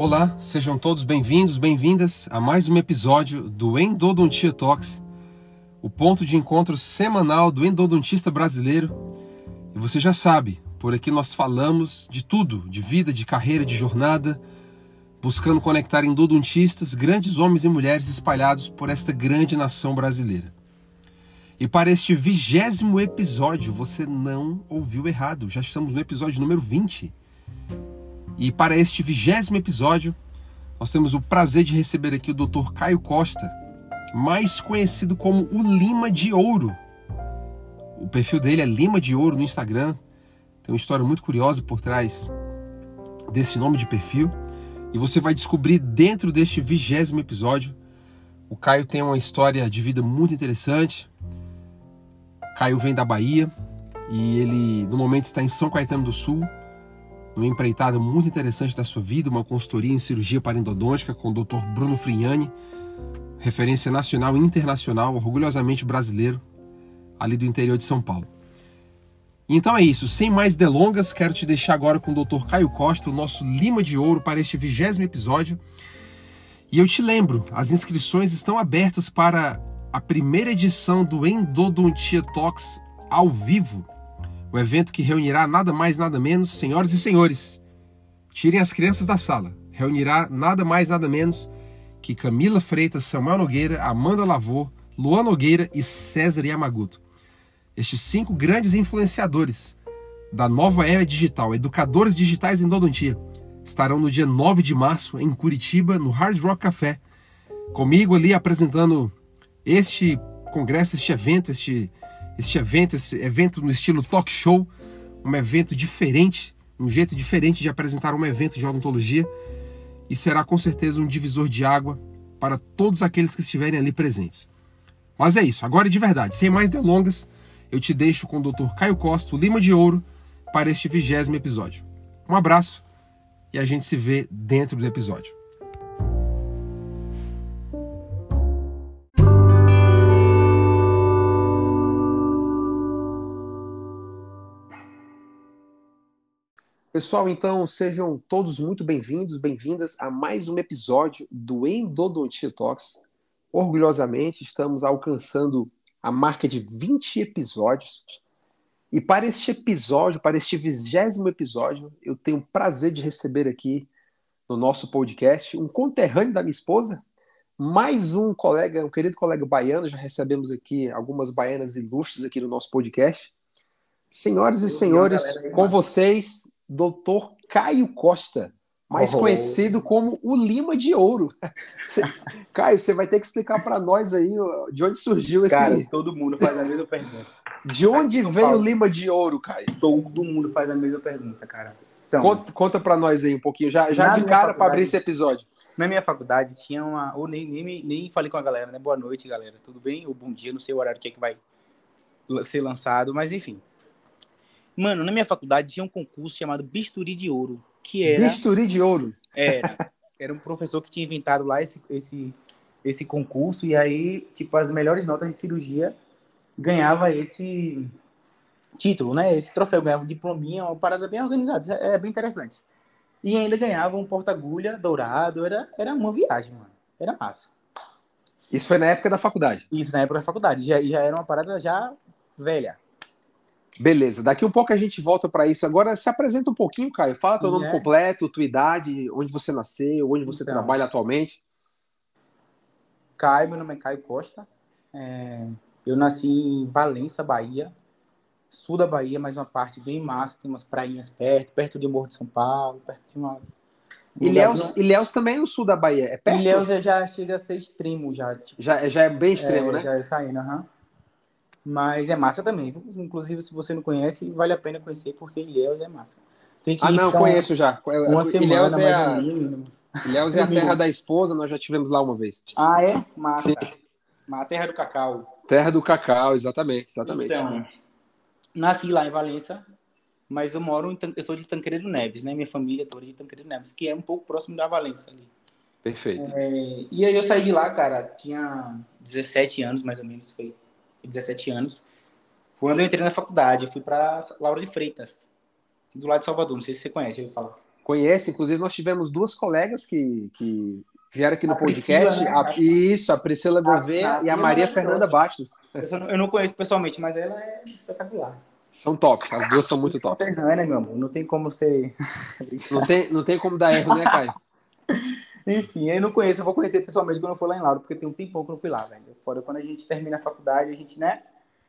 Olá, sejam todos bem-vindos, bem-vindas a mais um episódio do Endodontia Talks, o ponto de encontro semanal do endodontista brasileiro. E você já sabe, por aqui nós falamos de tudo, de vida, de carreira, de jornada, buscando conectar endodontistas, grandes homens e mulheres espalhados por esta grande nação brasileira. E para este 20º episódio, você não ouviu errado, já estamos no episódio número 20. E para este 20º episódio, nós temos o prazer de receber aqui o Dr. Caio Costa, mais conhecido como o Lima de Ouro. O perfil dele é Lima de Ouro no Instagram. Tem uma história muito curiosa por trás desse nome de perfil. E você vai descobrir dentro deste 20º episódio. O Caio tem uma história de vida muito interessante. Caio vem da Bahia e ele no momento está em São Caetano do Sul, uma empreitada muito interessante da sua vida, uma consultoria em cirurgia parendodôntica com o Dr. Bruno Frignani, referência nacional e internacional, orgulhosamente brasileiro, ali do interior de São Paulo. Então é isso, sem mais delongas, quero te deixar agora com o Dr. Caio Costa, o nosso Lima de Ouro, para este 20º episódio. E eu te lembro, as inscrições estão abertas para a primeira edição do Endodontia Talks ao vivo, o evento que reunirá nada mais nada menos, senhoras e senhores, tirem as crianças da sala, reunirá nada mais nada menos que Camila Freitas, Samuel Nogueira, Amanda Lavor, Luan Nogueira e César Yamaguto. Estes 5 grandes influenciadores da nova era digital, educadores digitais em endodontia, estarão no dia 9 de março em Curitiba, no Hard Rock Café, comigo ali apresentando este congresso, este evento no estilo talk show, um evento diferente, um jeito diferente de apresentar um evento de odontologia, e será com certeza um divisor de água para todos aqueles que estiverem ali presentes. Mas é isso, agora de verdade, sem mais delongas, eu te deixo com o Dr. Caio Costa, o Lima de Ouro, para este 20º episódio. Um abraço e a gente se vê dentro do episódio. Pessoal, então sejam todos muito bem-vindos, bem-vindas a mais um episódio do Endodontia Talks. Orgulhosamente estamos alcançando a marca de 20 episódios. E para este episódio, para este 20º episódio, eu tenho o prazer de receber aqui no nosso podcast um conterrâneo da minha esposa, mais um colega, um querido colega baiano, já recebemos aqui algumas baianas ilustres aqui no nosso podcast. Senhoras e senhores, com vocês, Dr. Caio Costa, mais conhecido como o Lima de Ouro. Caio, você vai ter que explicar para nós aí de onde surgiu esse... Cara, todo mundo faz a mesma pergunta. De onde veio o Lima de Ouro, Caio? Todo mundo faz a mesma pergunta, cara. Então, conta para nós aí um pouquinho, já de cara para abrir esse episódio. Na minha faculdade tinha uma... Ou nem falei com a galera, né? Boa noite, galera. Tudo bem? Ou bom dia, não sei o horário que é que vai ser lançado, mas enfim. Mano, na minha faculdade tinha um concurso chamado Bisturi de Ouro, que era... Bisturi de Ouro? Era um professor que tinha inventado lá esse concurso, e aí, tipo, as melhores notas de cirurgia ganhava esse título, né? Esse troféu, ganhava um diplominha, uma parada bem organizada, é bem interessante. E ainda ganhava um porta-agulha dourado, era uma viagem, mano. Era massa. Isso foi na época da faculdade? Isso, na época da faculdade. Já era uma parada já velha. Beleza, daqui um pouco a gente volta para isso. Agora se apresenta um pouquinho, Caio. Fala teu nome completo, tua idade, onde você nasceu, onde você trabalha atualmente. Caio, meu nome é Caio Costa. Eu nasci em Valença, Bahia. Sul da Bahia, mas uma parte bem massa. Tem umas prainhas perto do Morro de São Paulo, perto de umas... Ilhéus também é no sul da Bahia, é perto? Ilhéus já chega a ser extremo, já. Tipo, já é bem extremo, né? Já é saindo, Mas é massa também. Inclusive, se você não conhece, vale a pena conhecer, porque Ilhéus é massa. Tem que conheço já. Uma semana, mais ou menos. Ilhéus é a terra da esposa, nós já tivemos lá uma vez. Ah, é? Massa. Sim. A terra do cacau. Terra do cacau, exatamente. Então, nasci lá em Valença, mas eu sou de Tancredo Neves, né? Minha família toda de Tancredo Neves, que é um pouco próximo da Valença ali. Perfeito. E aí eu saí de lá, cara, tinha 17 anos, mais ou menos, foi 17 anos. Quando eu entrei na faculdade, eu fui para Lauro de Freitas, do lado de Salvador, não sei se você conhece, eu vou falar. Conhece, inclusive nós tivemos duas colegas que vieram aqui A no Priscila, podcast, né? isso, a Priscila Gouveia A e a Bia é Maria Fernanda maravilhosa. Bastos. Eu não conheço pessoalmente, mas ela é espetacular. São tops, as duas são muito tops. Conterrânea, meu amor. Não tem como ser. Não tem como dar erro, né, Caio? Enfim, eu não conheço, eu vou conhecer pessoalmente quando eu for lá em Lauro, porque tem um tempão que eu não fui lá, velho. Fora quando a gente termina a faculdade, a gente, né?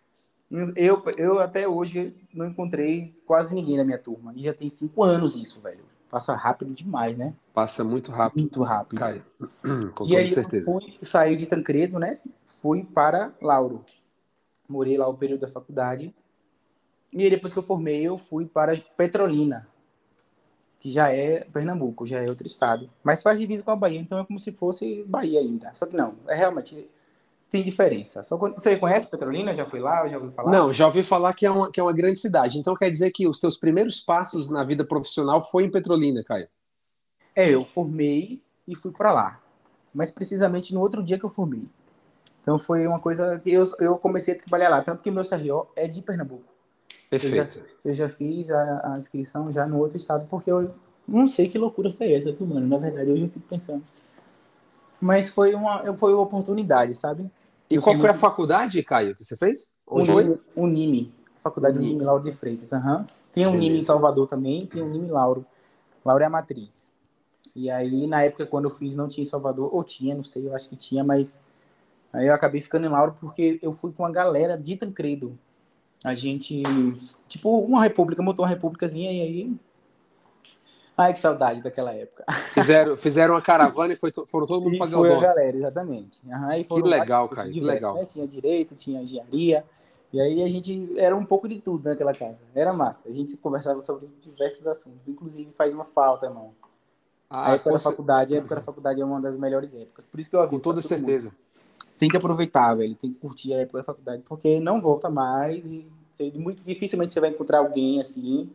Eu até hoje não encontrei quase ninguém na minha turma. E já tem 5 anos isso, velho. Passa rápido demais, né? Passa muito rápido, Muito rápido. Caio, com E toda aí eu certeza. fui sair de Tancredo, né? Fui para Lauro. Morei lá o período da faculdade. E aí, depois que eu formei, eu fui para Petrolina, que já é Pernambuco, já é outro estado. Mas faz divisa com a Bahia, então é como se fosse Bahia ainda. Só que não, é realmente tem diferença. Só quando você conhece Petrolina, já foi lá, já ouviu falar? Não, já ouvi falar que é uma grande cidade. Então quer dizer que os teus primeiros passos na vida profissional foi em Petrolina, Caio? Eu formei e fui para lá. Mas precisamente no outro dia que eu formei. Então foi uma coisa que eu comecei a trabalhar lá. Tanto que meu CRO é de Pernambuco. Eu já, Perfeito. eu já fiz a inscrição já no outro estado, porque eu não sei que loucura foi essa, viu, mano? Na verdade, hoje eu fico pensando. Mas foi uma oportunidade, sabe? E Eu sou qual foi a muito faculdade, Caio, que você fez? Onde foi? Unime, Faculdade Unime Uni. Lauro de Freitas. Uhum. Tem um Unime em Beleza. Salvador também, tem um Unime Lauro. Lauro é a matriz. E aí, na época, quando eu fiz, não tinha em Salvador, ou tinha, não sei, eu acho que tinha, mas aí eu acabei ficando em Lauro porque eu fui com uma galera de Tancredo. A gente, tipo, uma república, montou uma repúblicazinha e aí. Ai, que saudade daquela época. Fizeram uma caravana e foram todo mundo E fazer foi a odonto. galera, exatamente. Uhum, e Que foram vários legal, cursos Caio, que diversos, legal. né? Tinha direito, tinha engenharia. E aí a gente era um pouco de tudo naquela casa. Era massa. A gente conversava sobre diversos assuntos. Inclusive faz uma falta, irmão. Ah, A época da faculdade é uma das melhores épocas. Por isso que eu com aviso para toda todo mundo. certeza. Tem que aproveitar, velho. Tem que curtir a época da faculdade, porque não volta mais e muito dificilmente você vai encontrar alguém assim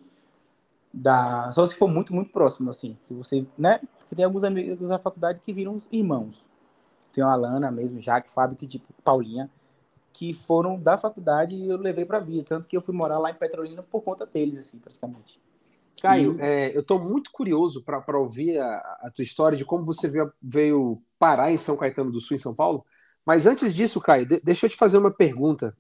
só se for muito, muito próximo, assim. Se você, né? Porque tem alguns amigos da faculdade que viram os irmãos. Tem a Alana mesmo, Jaque, Fábio, que tipo, Paulinha, que foram da faculdade e eu levei pra vida. Tanto que eu fui morar lá em Petrolina por conta deles, assim, praticamente. Caio, E, eu estou muito curioso para ouvir a tua história de como você veio parar em São Caetano do Sul, em São Paulo. Mas antes disso, Caio, deixa eu te fazer uma pergunta.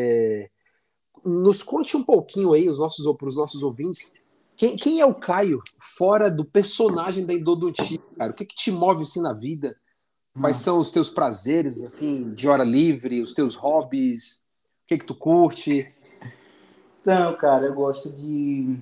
Nos conte um pouquinho aí, para os nossos ouvintes, quem é o Caio fora do personagem da endodontia, cara? O que te move assim na vida? Quais são os teus prazeres, assim, de hora livre, os teus hobbies? O que tu curte? então, cara, eu gosto de.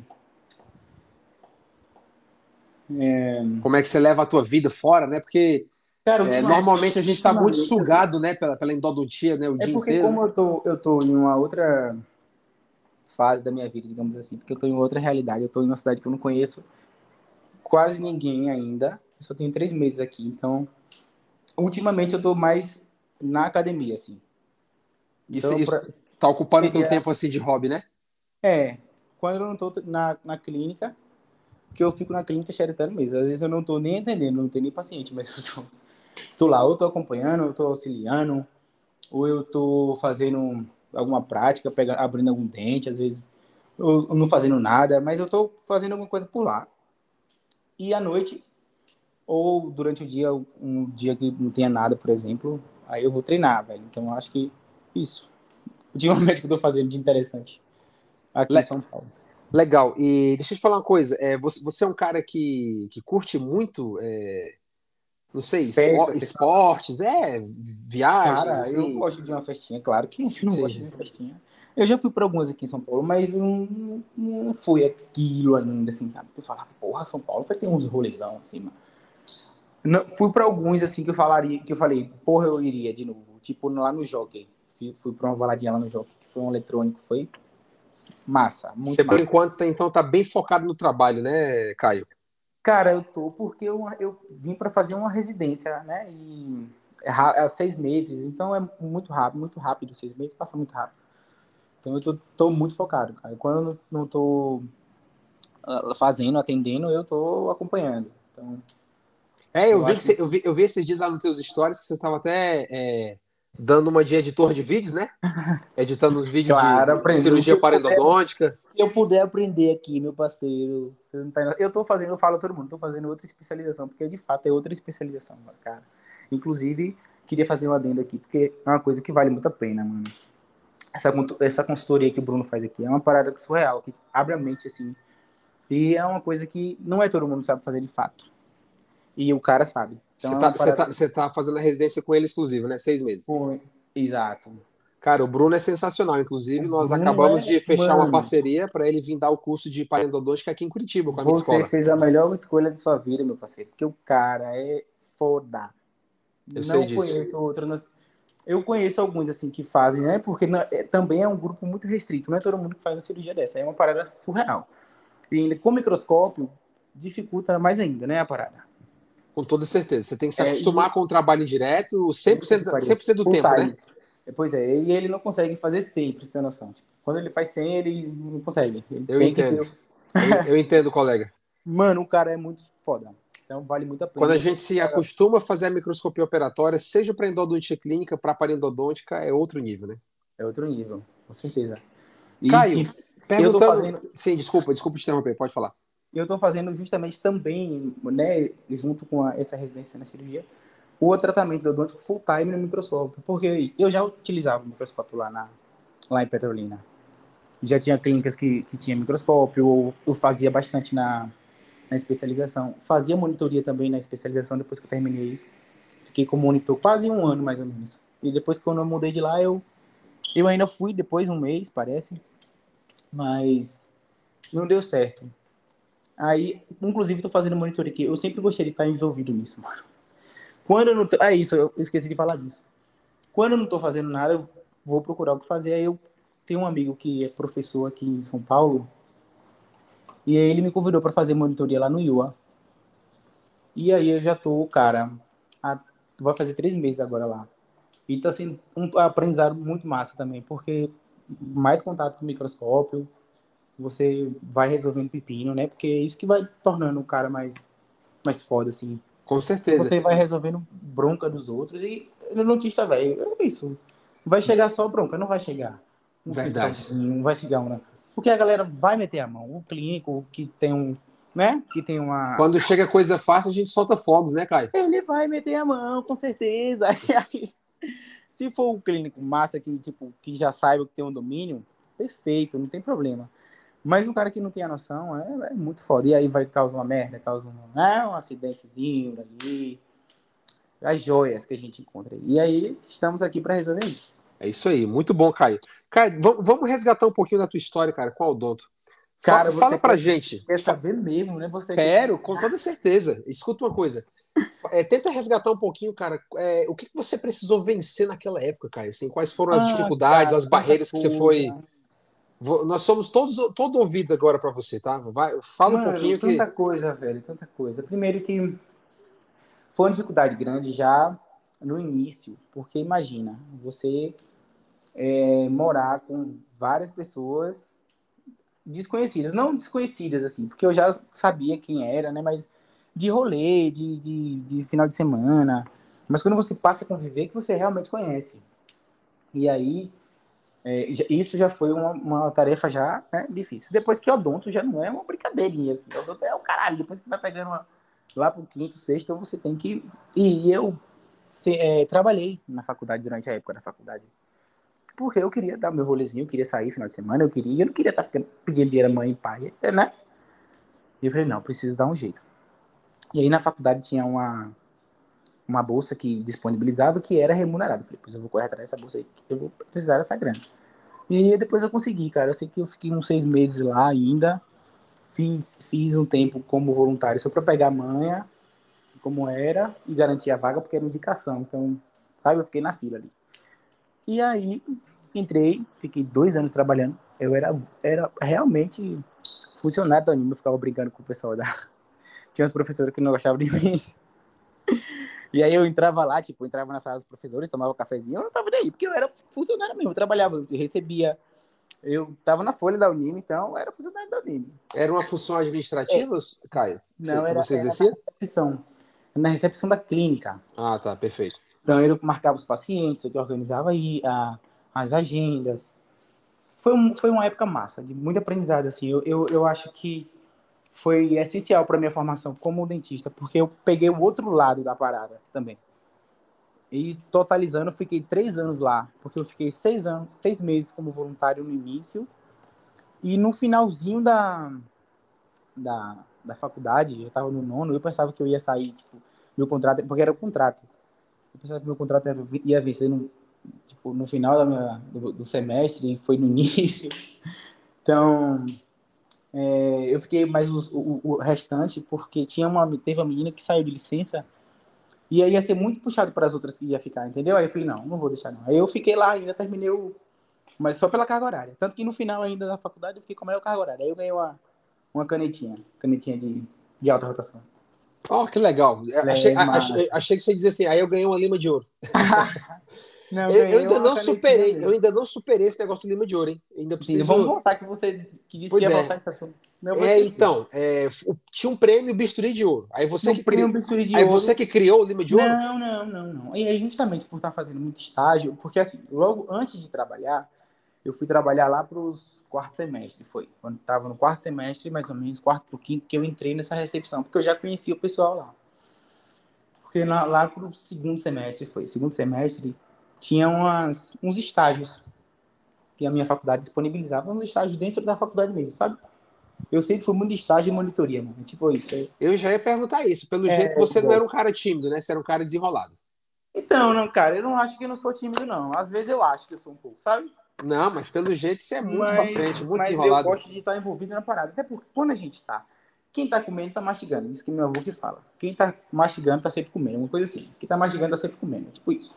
Como é que você leva a tua vida fora, né? Porque Cara, normalmente a gente está muito ultimamente sugado, né, pela endodontia, né, o é dia porque inteiro, né? como eu tô em uma outra fase da minha vida, digamos assim, porque eu tô em outra realidade, eu tô em uma cidade que eu não conheço quase ninguém ainda. Eu só tenho 3 meses aqui, então ultimamente eu tô mais na academia, assim. Isso, Então, isso tá ocupando o teu seria tempo assim de hobby, né? é, quando eu não tô na clínica, que eu fico na clínica xeretando mesmo. Às vezes eu não tô nem entendendo, não tenho nem paciente, mas eu tô lá, ou eu tô acompanhando, ou eu tô auxiliando, ou eu tô fazendo alguma prática, abrindo algum dente, às vezes eu não fazendo nada, mas eu tô fazendo alguma coisa por lá. E à noite, ou durante o dia, um dia que não tenha nada, por exemplo, aí eu vou treinar, velho. Então eu acho que isso. Ultimamente que eu tô fazendo de interessante aqui em Le- São Paulo. Legal. E deixa eu te falar uma coisa. Você é um cara que curte muito, não sei, Festa, você fala? esportes, viagens, Cara, eu assim. gosto de uma festinha, claro que eu não gosto Seja. de uma festinha. Eu já fui para algumas aqui em São Paulo, mas não foi aquilo ainda, assim, sabe? Que eu falava, porra, São Paulo vai ter uns rolezão, assim, mano. Não, fui para alguns, assim, que eu falei, porra, eu iria de novo. Tipo, lá no Jockey. Fui para uma baladinha lá no Jockey, que foi um eletrônico, foi massa, Você, muito por massa. enquanto, então, tá bem focado no trabalho, né, Caio? Cara, eu tô porque eu vim para fazer uma residência, né? E é 6 meses, então é muito rápido. 6 meses passa muito rápido. Então eu tô muito focado, cara. Quando eu não tô fazendo, atendendo, eu tô acompanhando. Então, Eu eu vi que acho. eu vi esses dias lá nos teus stories que você estava até Dando uma de editor de vídeos, né? Editando os vídeos Claro, de aprendeu o que cirurgia parendodôntica. eu puder aprender aqui, meu parceiro. Você não tá... Eu tô fazendo, eu falo a todo mundo, tô fazendo outra especialização, porque de fato é outra especialização, cara. Inclusive, queria fazer um adendo aqui, porque é uma coisa que vale muito a pena, mano. Essa consultoria que o Bruno faz aqui é uma parada surreal, que abre a mente, assim. E é uma coisa que não é todo mundo que sabe fazer de fato. E o cara sabe. Então Você é tá, uma você parada. tá, você tá fazendo a residência com ele exclusivo, né? 6 meses. Pô, exato. Cara, o Bruno é sensacional. O Inclusive, nós Bruno acabamos é, de fechar uma mano, parceria para ele vir dar o curso de parendodôntica aqui em Curitiba, com a minha você escola. fez a melhor escolha de sua vida, meu parceiro. Porque o cara é foda. Eu sei Não disso. conheço outro. Eu conheço alguns assim que fazem, né? Porque também é um grupo muito restrito. Não é todo mundo que faz uma cirurgia dessa. É uma parada surreal. E ainda com microscópio dificulta mais ainda, né? A parada. Com toda certeza. Você tem que se É, e acostumar com o trabalho indireto puta 100%, que pariu. 100% do Full tempo, né? time. Pois é, e ele não consegue fazer sempre, você tem noção. Tipo, quando ele faz 100, ele não consegue. Ele Eu tem que ter. entendo. Eu entendo, colega. Mano, o cara é muito foda. Então vale muito a Quando a pena. gente se acostuma a fazer a microscopia operatória, seja para endodontia clínica, para parendodôntica, é outro nível, né? É outro nível, com certeza. E, Caio, tipo, eu tô perguntando. fazendo. Sim, desculpa te interromper, pode falar. Eu tô fazendo justamente também, né, junto com essa residência na cirurgia, o tratamento odontológico full time no microscópio. Porque eu já utilizava o microscópio lá em Petrolina. Já tinha clínicas que tinha microscópio, eu fazia bastante na especialização. Fazia monitoria também na especialização depois que eu terminei. Fiquei como monitor quase um ano, mais ou menos. E depois, quando eu mudei de lá, eu ainda fui depois, um mês, parece, mas não deu certo. Aí, inclusive, estou fazendo monitoria aqui. Eu sempre gostei de estar envolvido nisso, mano. Quando eu não tô... É isso, eu esqueci de falar disso. Quando eu não estou fazendo nada, eu vou procurar o que fazer. Aí eu tenho um amigo que é professor aqui em São Paulo, e aí ele me convidou para fazer monitoria lá no IUA. E aí eu já tô, cara, vai fazer 3 meses agora lá. E tá sendo um aprendizado muito massa também, porque mais contato com o microscópio, você vai resolvendo pepino, né? Porque é isso que vai tornando o cara mais foda, assim. Com certeza. Você vai resolvendo bronca dos outros e no dentista, velho, é isso. Vai chegar só bronca, não vai chegar um Verdade. sintomazinho, não vai chegar uma... Porque a galera vai meter a mão. O clínico que tem né? Que tem uma... Quando chega coisa fácil, a gente solta fogos, né, Caio? Ele vai meter a mão, com certeza. Aí, se for um clínico massa que, tipo, que já saiba que tem um domínio, perfeito, não tem problema. Mas um cara que não tem a noção é muito foda. E aí vai causar uma merda, causa um acidentezinho ali. As joias que a gente encontra aí. E aí estamos aqui para resolver isso. É isso aí, muito bom, Caio. Caio, vamos resgatar um pouquinho da tua história, cara, com o Odonto. Cara, Fala você pra gente. quer saber mesmo, né? Você quer... Quero, com toda certeza. Escuta uma coisa. Tenta resgatar um pouquinho, cara. O que você precisou vencer naquela época, Caio? Assim, quais foram as dificuldades, Cara, as tanta barreiras que você foi. coisa. Nós somos todo ouvido agora para você, tá? Fala um Mano, pouquinho tanta que. coisa, velho, tanta coisa. Primeiro que foi uma dificuldade grande já no início, porque imagina, você morar com várias pessoas desconhecidas, não desconhecidas assim, porque eu já sabia quem era, né, mas de rolê, de final de semana, mas quando você passa a conviver que você realmente conhece. E aí, isso já foi uma tarefa já, né, difícil. Depois que odonto já não é uma brincadeirinha, assim, odonto é o caralho, depois que vai pegando lá pro quinto, sexto, então você tem que... E eu trabalhei na faculdade durante a época da faculdade. Porque eu queria dar meu rolezinho, eu queria sair final de semana, eu não queria estar pedindo dinheiro a mãe e pai, né? E eu falei, não, preciso dar um jeito. E aí na faculdade tinha uma bolsa que disponibilizava que era remunerada. Eu falei, pois eu vou correr atrás dessa bolsa aí, eu vou precisar dessa grana. E depois eu consegui, cara. Eu sei que eu fiquei uns 6 meses lá ainda. Fiz um tempo como voluntário só para pegar a manha, como era, e garantir a vaga, porque era indicação. Então, sabe, eu fiquei na fila ali. E aí, entrei, fiquei 2 anos trabalhando. Eu era realmente funcionário da Unima, eu ficava brincando com o pessoal da... Tinha uns professores que não gostavam de mim. E aí eu entrava lá, tipo, entrava na sala dos professores, tomava um cafezinho, eu não tava nem aí, porque eu era funcionário mesmo, eu trabalhava, eu recebia, eu tava na folha da Unima, então eu era funcionário da Unima. Era uma função É, administrativa, Caio, não, que era você exercia? na recepção da clínica. Ah, tá, perfeito. Então, eu marcava os pacientes, eu que organizava aí as agendas. Foi uma época massa, de muito aprendizado, assim. Eu acho que foi essencial para minha formação como dentista, porque eu peguei o outro lado da parada também. E totalizando, eu fiquei 3 anos lá, porque eu fiquei 6 meses como voluntário no início, e no finalzinho da faculdade, eu estava no nono, eu pensava que eu ia sair, tipo, meu contrato, porque era o contrato. Eu pensava que meu contrato ia vencer no final do semestre, foi no início. Então, eu fiquei mais o restante, porque teve uma menina que saiu de licença, e aí ia ser muito puxado para as outras que ia ficar, entendeu? Aí eu falei, não vou deixar não. Aí eu fiquei lá, ainda terminei mas só pela carga horária. Tanto que no final ainda da faculdade eu fiquei com a maior carga horária. Aí eu ganhei uma canetinha de alta rotação. Oh, que legal. Mas... Achei que você ia dizer assim, aí eu ganhei uma lima de ouro. Não, eu Eu ganhei ainda uma não canetinha superei, eu mesmo. ainda não superei esse negócio do lima de ouro, hein? Ainda Sim, vamos preciso. voltar que você que disse que Pois ia é. voltar esse assunto. Eu vou esquecer. Então, tinha um prêmio bisturi de ouro. No prêmio Bisturi de Aí Ouro. você que criou o lima de ouro? Não. E aí, justamente por estar fazendo muito estágio, porque assim, logo antes de trabalhar, eu fui trabalhar lá para os quarto semestre, foi. Quando estava no quarto semestre, mais ou menos, quarto para o quinto, que eu entrei nessa recepção, porque eu já conhecia o pessoal lá. Porque lá para o segundo semestre, segundo semestre, tinha uns estágios que a minha faculdade disponibilizava, uns estágios dentro da faculdade mesmo, sabe? Eu sempre fui muito de estágio e monitoria, mano. Tipo isso. Eu já ia perguntar isso. Pelo jeito, Eu você não era um gosto. cara tímido, né? Você era um cara desenrolado. Então, não, cara, eu não acho que eu não sou tímido, não. Às vezes eu acho que eu sou um pouco, sabe? Não, mas pelo jeito você é muito pra frente, muito Mas eu desenrolado. gosto de estar envolvido na parada. Até porque quando a gente tá. Quem tá comendo tá mastigando. Isso que meu avô que fala. Quem tá mastigando tá sempre comendo. Uma coisa assim. Quem tá mastigando tá sempre comendo. Tipo isso.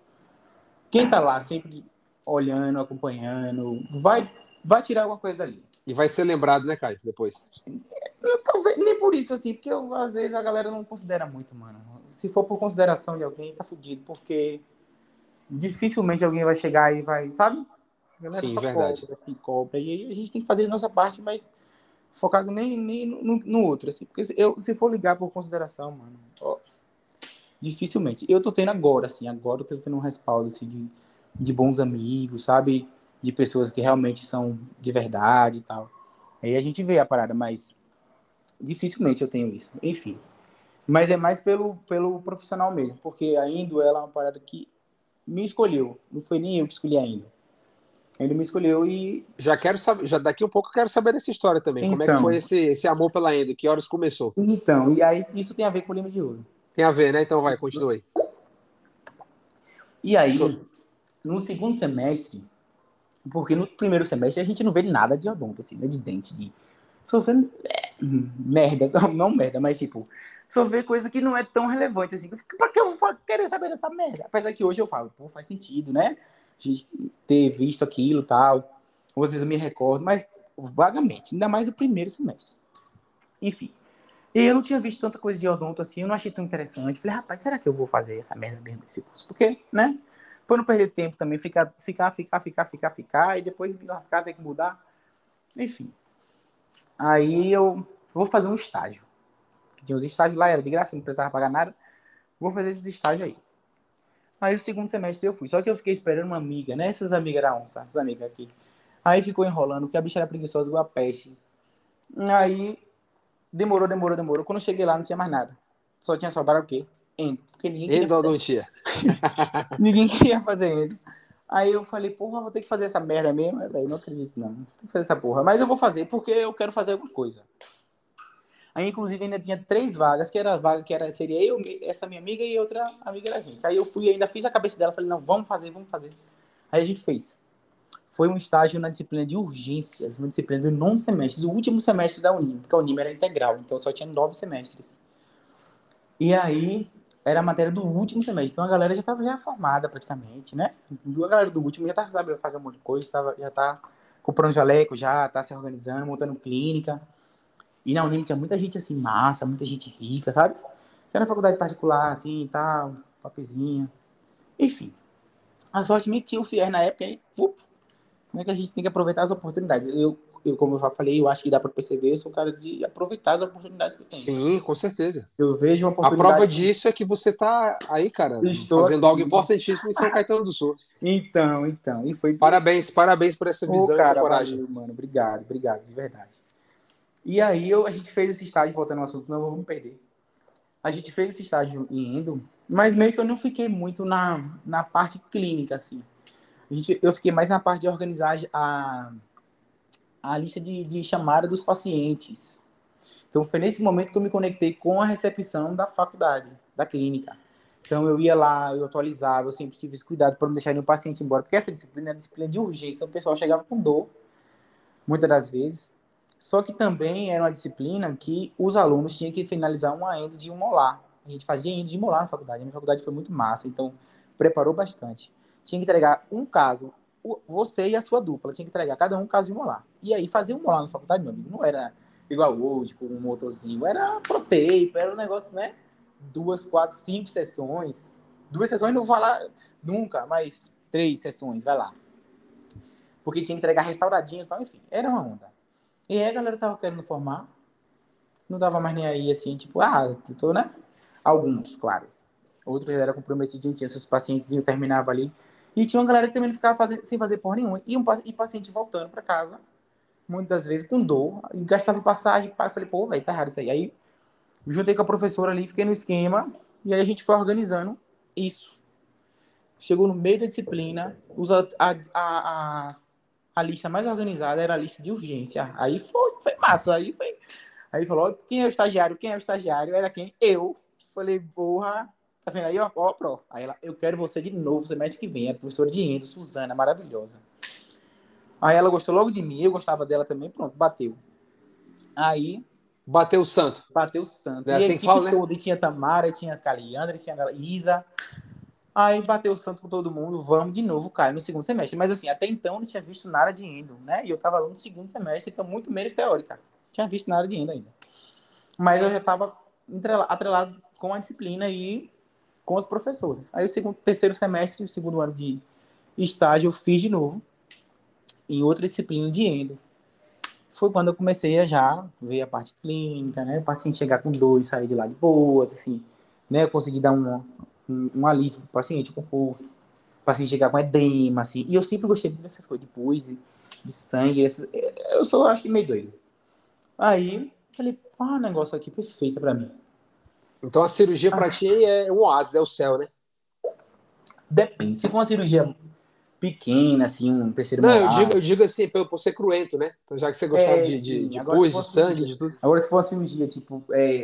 Quem tá lá sempre olhando, acompanhando, vai tirar alguma coisa dali. E vai ser lembrado, né, Caio? Depois. Talvez, nem por isso, assim, porque às vezes a galera não considera muito, mano. Se for por consideração de alguém, tá fudido, porque dificilmente alguém vai chegar e vai, sabe? A galera Sim, só verdade. cobra, assim, cobra. E aí a gente tem que fazer a nossa parte, mas focado nem no outro, assim. Porque se for ligar por consideração, mano, ó, dificilmente. Eu tô tendo agora, assim, agora eu tô tendo um respaldo, assim, de bons amigos, sabe? De pessoas que realmente são de verdade e tal. Aí a gente vê a parada, mas dificilmente eu tenho isso. Enfim. Mas é mais pelo profissional mesmo, porque a Indo, ela é uma parada que me escolheu. Não foi nem eu que escolhi a Indo. Ele me escolheu e... Já quero saber, já daqui um pouco eu quero saber dessa história também. Como é que foi Então, esse amor pela Endo? Que horas começou? e aí isso tem a ver com o Lima de Ouro. Tem a ver, né? Então vai, continue. E aí, So- no segundo semestre, porque no primeiro semestre a gente não vê nada de odonto, assim, né? De dente, de... Só vê merda, não merda, mas tipo, só vê coisa que não é tão relevante, assim. Pra que eu vou querer saber dessa merda? Apesar que hoje eu falo, pô, faz sentido, né? De ter visto aquilo e tal. Às vezes eu me recordo, mas vagamente, ainda mais o primeiro semestre. Enfim. E eu não tinha visto tanta coisa de odonto assim, eu não achei tão interessante. Falei, rapaz, será que eu vou fazer essa merda mesmo desse curso? Porque, né? Pra não perder tempo também, ficar, e depois me lascar, ter que mudar. Enfim. Aí eu vou fazer um estágio. Tinha os estágios lá, era de graça, não precisava pagar nada. Vou fazer esses estágios aí. Aí o segundo semestre eu fui. Só que eu fiquei esperando uma amiga, né? Essas amigas da onça, essas amigas aqui. Aí ficou enrolando, porque a bicha era preguiçosa igual a peste. Aí demorou. Quando eu cheguei lá, não tinha mais nada. Só tinha sobrado o quê? Endo. Porque ninguém queria fazer. Endodontia. Ninguém queria fazer endo. Aí eu falei, porra, vou ter que fazer essa merda mesmo. Velho, não acredito, não. Não tem que fazer essa porra. Mas eu vou fazer porque eu quero fazer alguma coisa. Aí, inclusive, ainda tinha 3 vagas, que era a vaga que seria eu, essa minha amiga e outra amiga da gente. Aí eu fui, ainda fiz a cabeça dela, falei, não, vamos fazer. Aí a gente fez. Foi um estágio na disciplina de urgências, uma disciplina do nono semestre, do último semestre da Unim, porque a Unim era integral, então só tinha 9 semestres. E aí, era a matéria do último semestre, então a galera já estava já formada praticamente, né? A galera do último já estava sabendo fazer um monte de coisa, já tá comprando jaleco, já tá se organizando, montando clínica. E na Unim tinha muita gente assim, massa, muita gente rica, sabe? Era faculdade particular, assim, e tal, papezinha. Enfim, a sorte minha que tinha o FIES na época, aí, né, que a gente tem que aproveitar as oportunidades. como eu falei, eu acho que dá para perceber, eu sou um cara de aproveitar as oportunidades que eu tenho. Sim, com certeza. Eu vejo uma A oportunidade. prova disso é que você tá aí, cara, Estou fazendo aqui. algo importantíssimo em São Caetano do Sul. Então. E foi. Parabéns por essa Ô, visão e essa cara, coragem. valeu, mano. Obrigado, de verdade. E aí a gente fez esse estágio, voltando ao assunto, senão eu vou me perder. A gente fez esse estágio indo, mas meio que eu não fiquei muito na parte clínica, assim. Eu fiquei mais na parte de organizar a lista de chamada dos pacientes. Então, foi nesse momento que eu me conectei com a recepção da faculdade, da clínica. Então, eu ia lá, eu atualizava, eu sempre tive esse cuidado para não deixar nenhum paciente embora, porque essa disciplina é a disciplina de urgência, então o pessoal chegava com dor, muitas das vezes. Só que também era uma disciplina que os alunos tinham que finalizar uma endo de um molar. A gente fazia endo de molar na faculdade. A minha faculdade foi muito massa, então preparou bastante. Tinha que entregar um caso, você e a sua dupla, tinha que entregar cada um caso de molar. E aí fazer um molar na faculdade, meu amigo, não era igual hoje, com um motorzinho, era protape, era um negócio, né? 2, 4, 5 sessões. 2 sessões não vou falar nunca, mas 3 sessões, vai lá. Porque tinha que entregar restauradinho e tal, enfim, era uma onda. E aí a galera tava querendo formar, não tava mais nem aí, assim, tipo, tô, né? Alguns, claro. Outros eram comprometidos, tinha seus pacientes terminavam ali. E tinha uma galera que também não ficava sem fazer porra nenhuma. E paciente voltando para casa, muitas vezes com dor, e gastava passagem. Eu falei, pô, velho, tá errado isso aí. Aí juntei com a professora ali, fiquei no esquema, e aí a gente foi organizando isso. Chegou no meio da disciplina, a lista mais organizada era a lista de urgência. Aí foi massa. Aí falou, quem é o estagiário? Quem é o estagiário? Era quem? Eu. Falei, porra, tá vendo aí, ó, pro. Aí ela, eu quero você de novo, semestre que vem. É professora de endo, Suzana, maravilhosa. Aí ela gostou logo de mim, eu gostava dela também, pronto, bateu. Aí... Bateu o santo. Bateu o santo. É E a assim que equipe fala, né? toda, e tinha Tamara, tinha Caliandra, tinha Isa. Aí bateu o santo com todo mundo, vamos de novo, cara, no segundo semestre. Mas assim, até então eu não tinha visto nada de endo, né? E eu tava lá no segundo semestre, então muito menos teórica. Não tinha visto nada de endo ainda. Mas eu já tava atrelado com a disciplina e com os professores. Aí o terceiro semestre, o segundo ano de estágio, eu fiz de novo em outra disciplina de endo. Foi quando eu comecei a já ver a parte clínica, né? O paciente chegar com dor e sair de lá de boas, assim, né? Eu consegui dar um alívio pro paciente, conforto. O paciente chegar com edema, assim. E eu sempre gostei dessas coisas, de pus, de sangue. Eu sou, acho que, meio doido. Aí, falei, o negócio aqui perfeito pra mim. Então a cirurgia pra ti é um oásis, é o céu, né? Depende. Se for uma cirurgia pequena, assim, um terceiro Não, molar... eu digo assim, por ser cruento, né? Então, já que você gostava de Agora, se pus, for de uma sangue, cirurgia, de tudo. agora, se for uma cirurgia, tipo,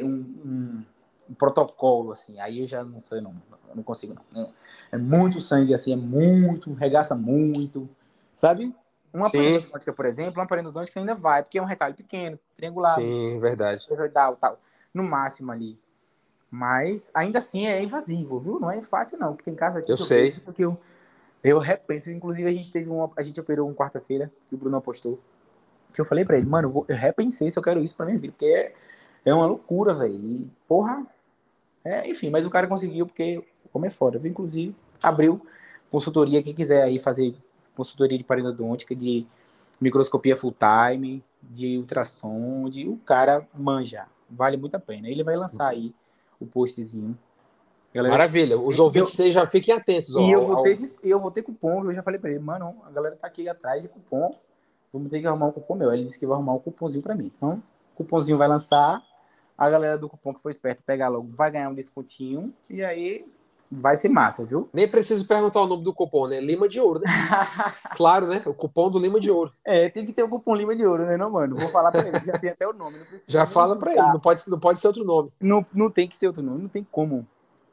um protocolo, assim, aí eu já não sei, não. Eu não consigo, não. É muito sangue, assim, é muito, regaça muito, sabe? Uma Sim, parendodôntica, por exemplo, uma parendodôntica ainda vai, porque é um retalho pequeno, triangular, sim, verdade. tal, no máximo ali. Mas, ainda assim, é invasivo, viu? Não é fácil, não, porque tem casos aqui Eu que eu sei. vejo, porque eu repenso. Inclusive, a gente operou um quarta-feira, que o Bruno apostou, que eu falei pra ele, mano, eu repensei se eu quero isso pra minha vida, porque é uma loucura, velho. E, porra, enfim, mas o cara conseguiu, porque como é foda, viu? Inclusive, abriu consultoria, quem quiser aí fazer consultoria de parendodôntica, de microscopia full time, de ultrassom, o cara manja, vale muito a pena. Ele vai lançar aí o postzinho. Galera, Maravilha. Os ouvintes aí já fiquem atentos, ó. e eu vou ter cupom, eu já falei pra ele, mano, a galera tá aqui atrás de cupom, vamos ter que arrumar um cupom meu. Ele disse que vai arrumar um cupomzinho pra mim. Então, o cupomzinho vai lançar, a galera do cupom que foi esperto pegar logo vai ganhar um descontinho, e aí vai ser massa, viu? Nem preciso perguntar o nome do cupom, né? Lima de Ouro, né? Claro, né? O cupom do Lima de Ouro. Tem que ter o cupom Lima de Ouro, né, não, mano? Vou falar pra ele, já tem até o nome, não precisa Já nem fala pra ele, explicar. não pode ser outro nome. Não tem que ser outro nome, não tem como.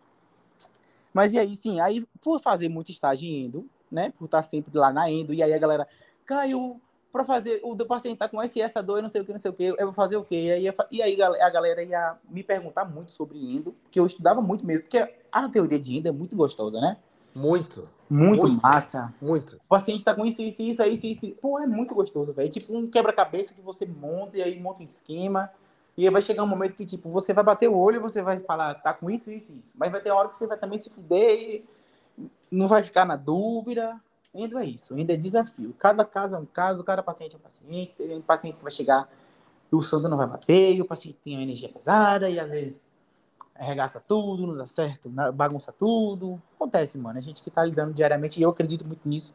Mas e aí, sim, aí por fazer muito estágio em endo, né? Por estar sempre lá na endo, e aí a galera, Caio, para fazer, o paciente tá com essa dor, não sei o que, eu vou fazer o quê? E aí a galera ia me perguntar muito sobre endo, porque eu estudava muito mesmo, porque a teoria de endo é muito gostosa, né? Muito. Muito Muito. massa. Muito. O paciente tá com isso. Pô, é muito gostoso, velho. É tipo um quebra-cabeça que você monta e aí monta um esquema. E aí vai chegar um momento que, tipo, você vai bater o olho e você vai falar, tá com isso. Mas vai ter uma hora que você vai também se fuder e não vai ficar na dúvida. endo é isso, endo é desafio. Cada caso é um caso, cada paciente é um paciente, tem um paciente que vai chegar e o santo não vai bater, e o paciente tem uma energia pesada, e às vezes arregaça tudo, não dá certo, bagunça tudo. Acontece, mano. A gente que tá lidando diariamente, e eu acredito muito nisso,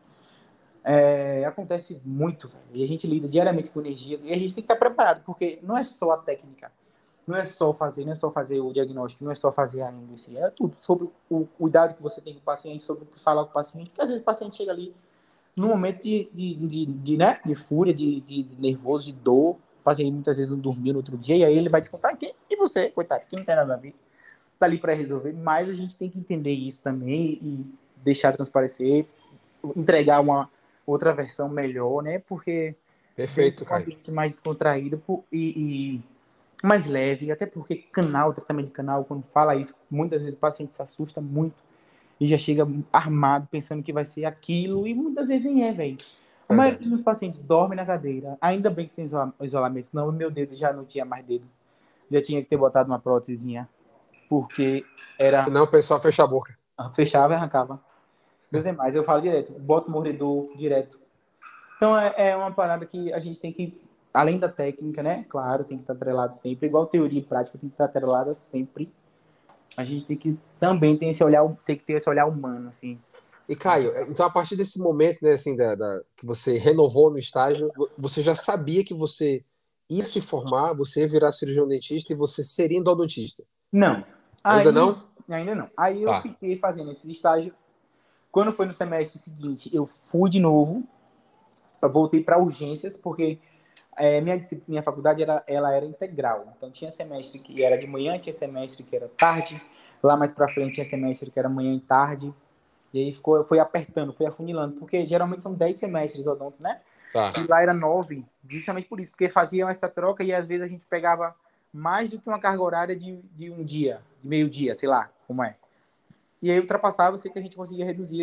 acontece muito, velho. E a gente lida diariamente com energia, e a gente tem que estar preparado, porque não é só a técnica, não é só fazer o diagnóstico, não é só fazer a indústria, é tudo sobre o cuidado que você tem com o paciente, sobre o que falar com o paciente, porque às vezes o paciente chega ali num momento né, de fúria, de nervoso, de dor, o paciente muitas vezes não dormiu no outro dia, e aí ele vai descontar quem? E você, coitado, quem não tem nada a ver, tá ali para resolver, mas a gente tem que entender isso também e deixar transparecer, entregar uma outra versão melhor, né, porque dentro Perfeito, de um Caio. ambiente mais descontraído e mais leve, até porque tratamento de canal, quando fala isso, muitas vezes o paciente se assusta muito e já chega armado, pensando que vai ser aquilo, e muitas vezes nem é, velho. A maioria dos Verdade. meus pacientes dorme na cadeira, ainda bem que tem isolamento, senão o meu dedo já não tinha mais dedo, já tinha que ter botado uma prótesezinha, porque era, Senão o pessoal fecha a boca. fechava e arrancava. Deus é mais, eu falo direto, boto o mordedor direto. Então é uma parada que a gente tem que, além da técnica, né? Claro, tem que estar atrelado sempre, igual teoria e prática tem que estar atrelada sempre. A gente tem que também tem que ter esse olhar humano, assim. E Caio, então a partir desse momento, né, assim, que você renovou no estágio, você já sabia que você ia se formar, você ia virar cirurgião dentista e você seria endodontista? Não. Ainda Aí, não? ainda não. Aí eu Tá. fiquei fazendo esses estágios. Quando foi no semestre seguinte, eu fui de novo, eu voltei para urgências, porque minha faculdade ela era integral. Então tinha semestre que era de manhã, tinha semestre que era tarde. Lá mais para frente tinha semestre que era manhã e tarde. E aí foi apertando, foi afunilando, porque geralmente são 10 semestres odonto, né? Tá. E lá era 9, justamente por isso, porque faziam essa troca e às vezes a gente pegava mais do que uma carga horária de um dia, de meio-dia, sei lá como é. E aí ultrapassava, eu sei que a gente conseguia reduzir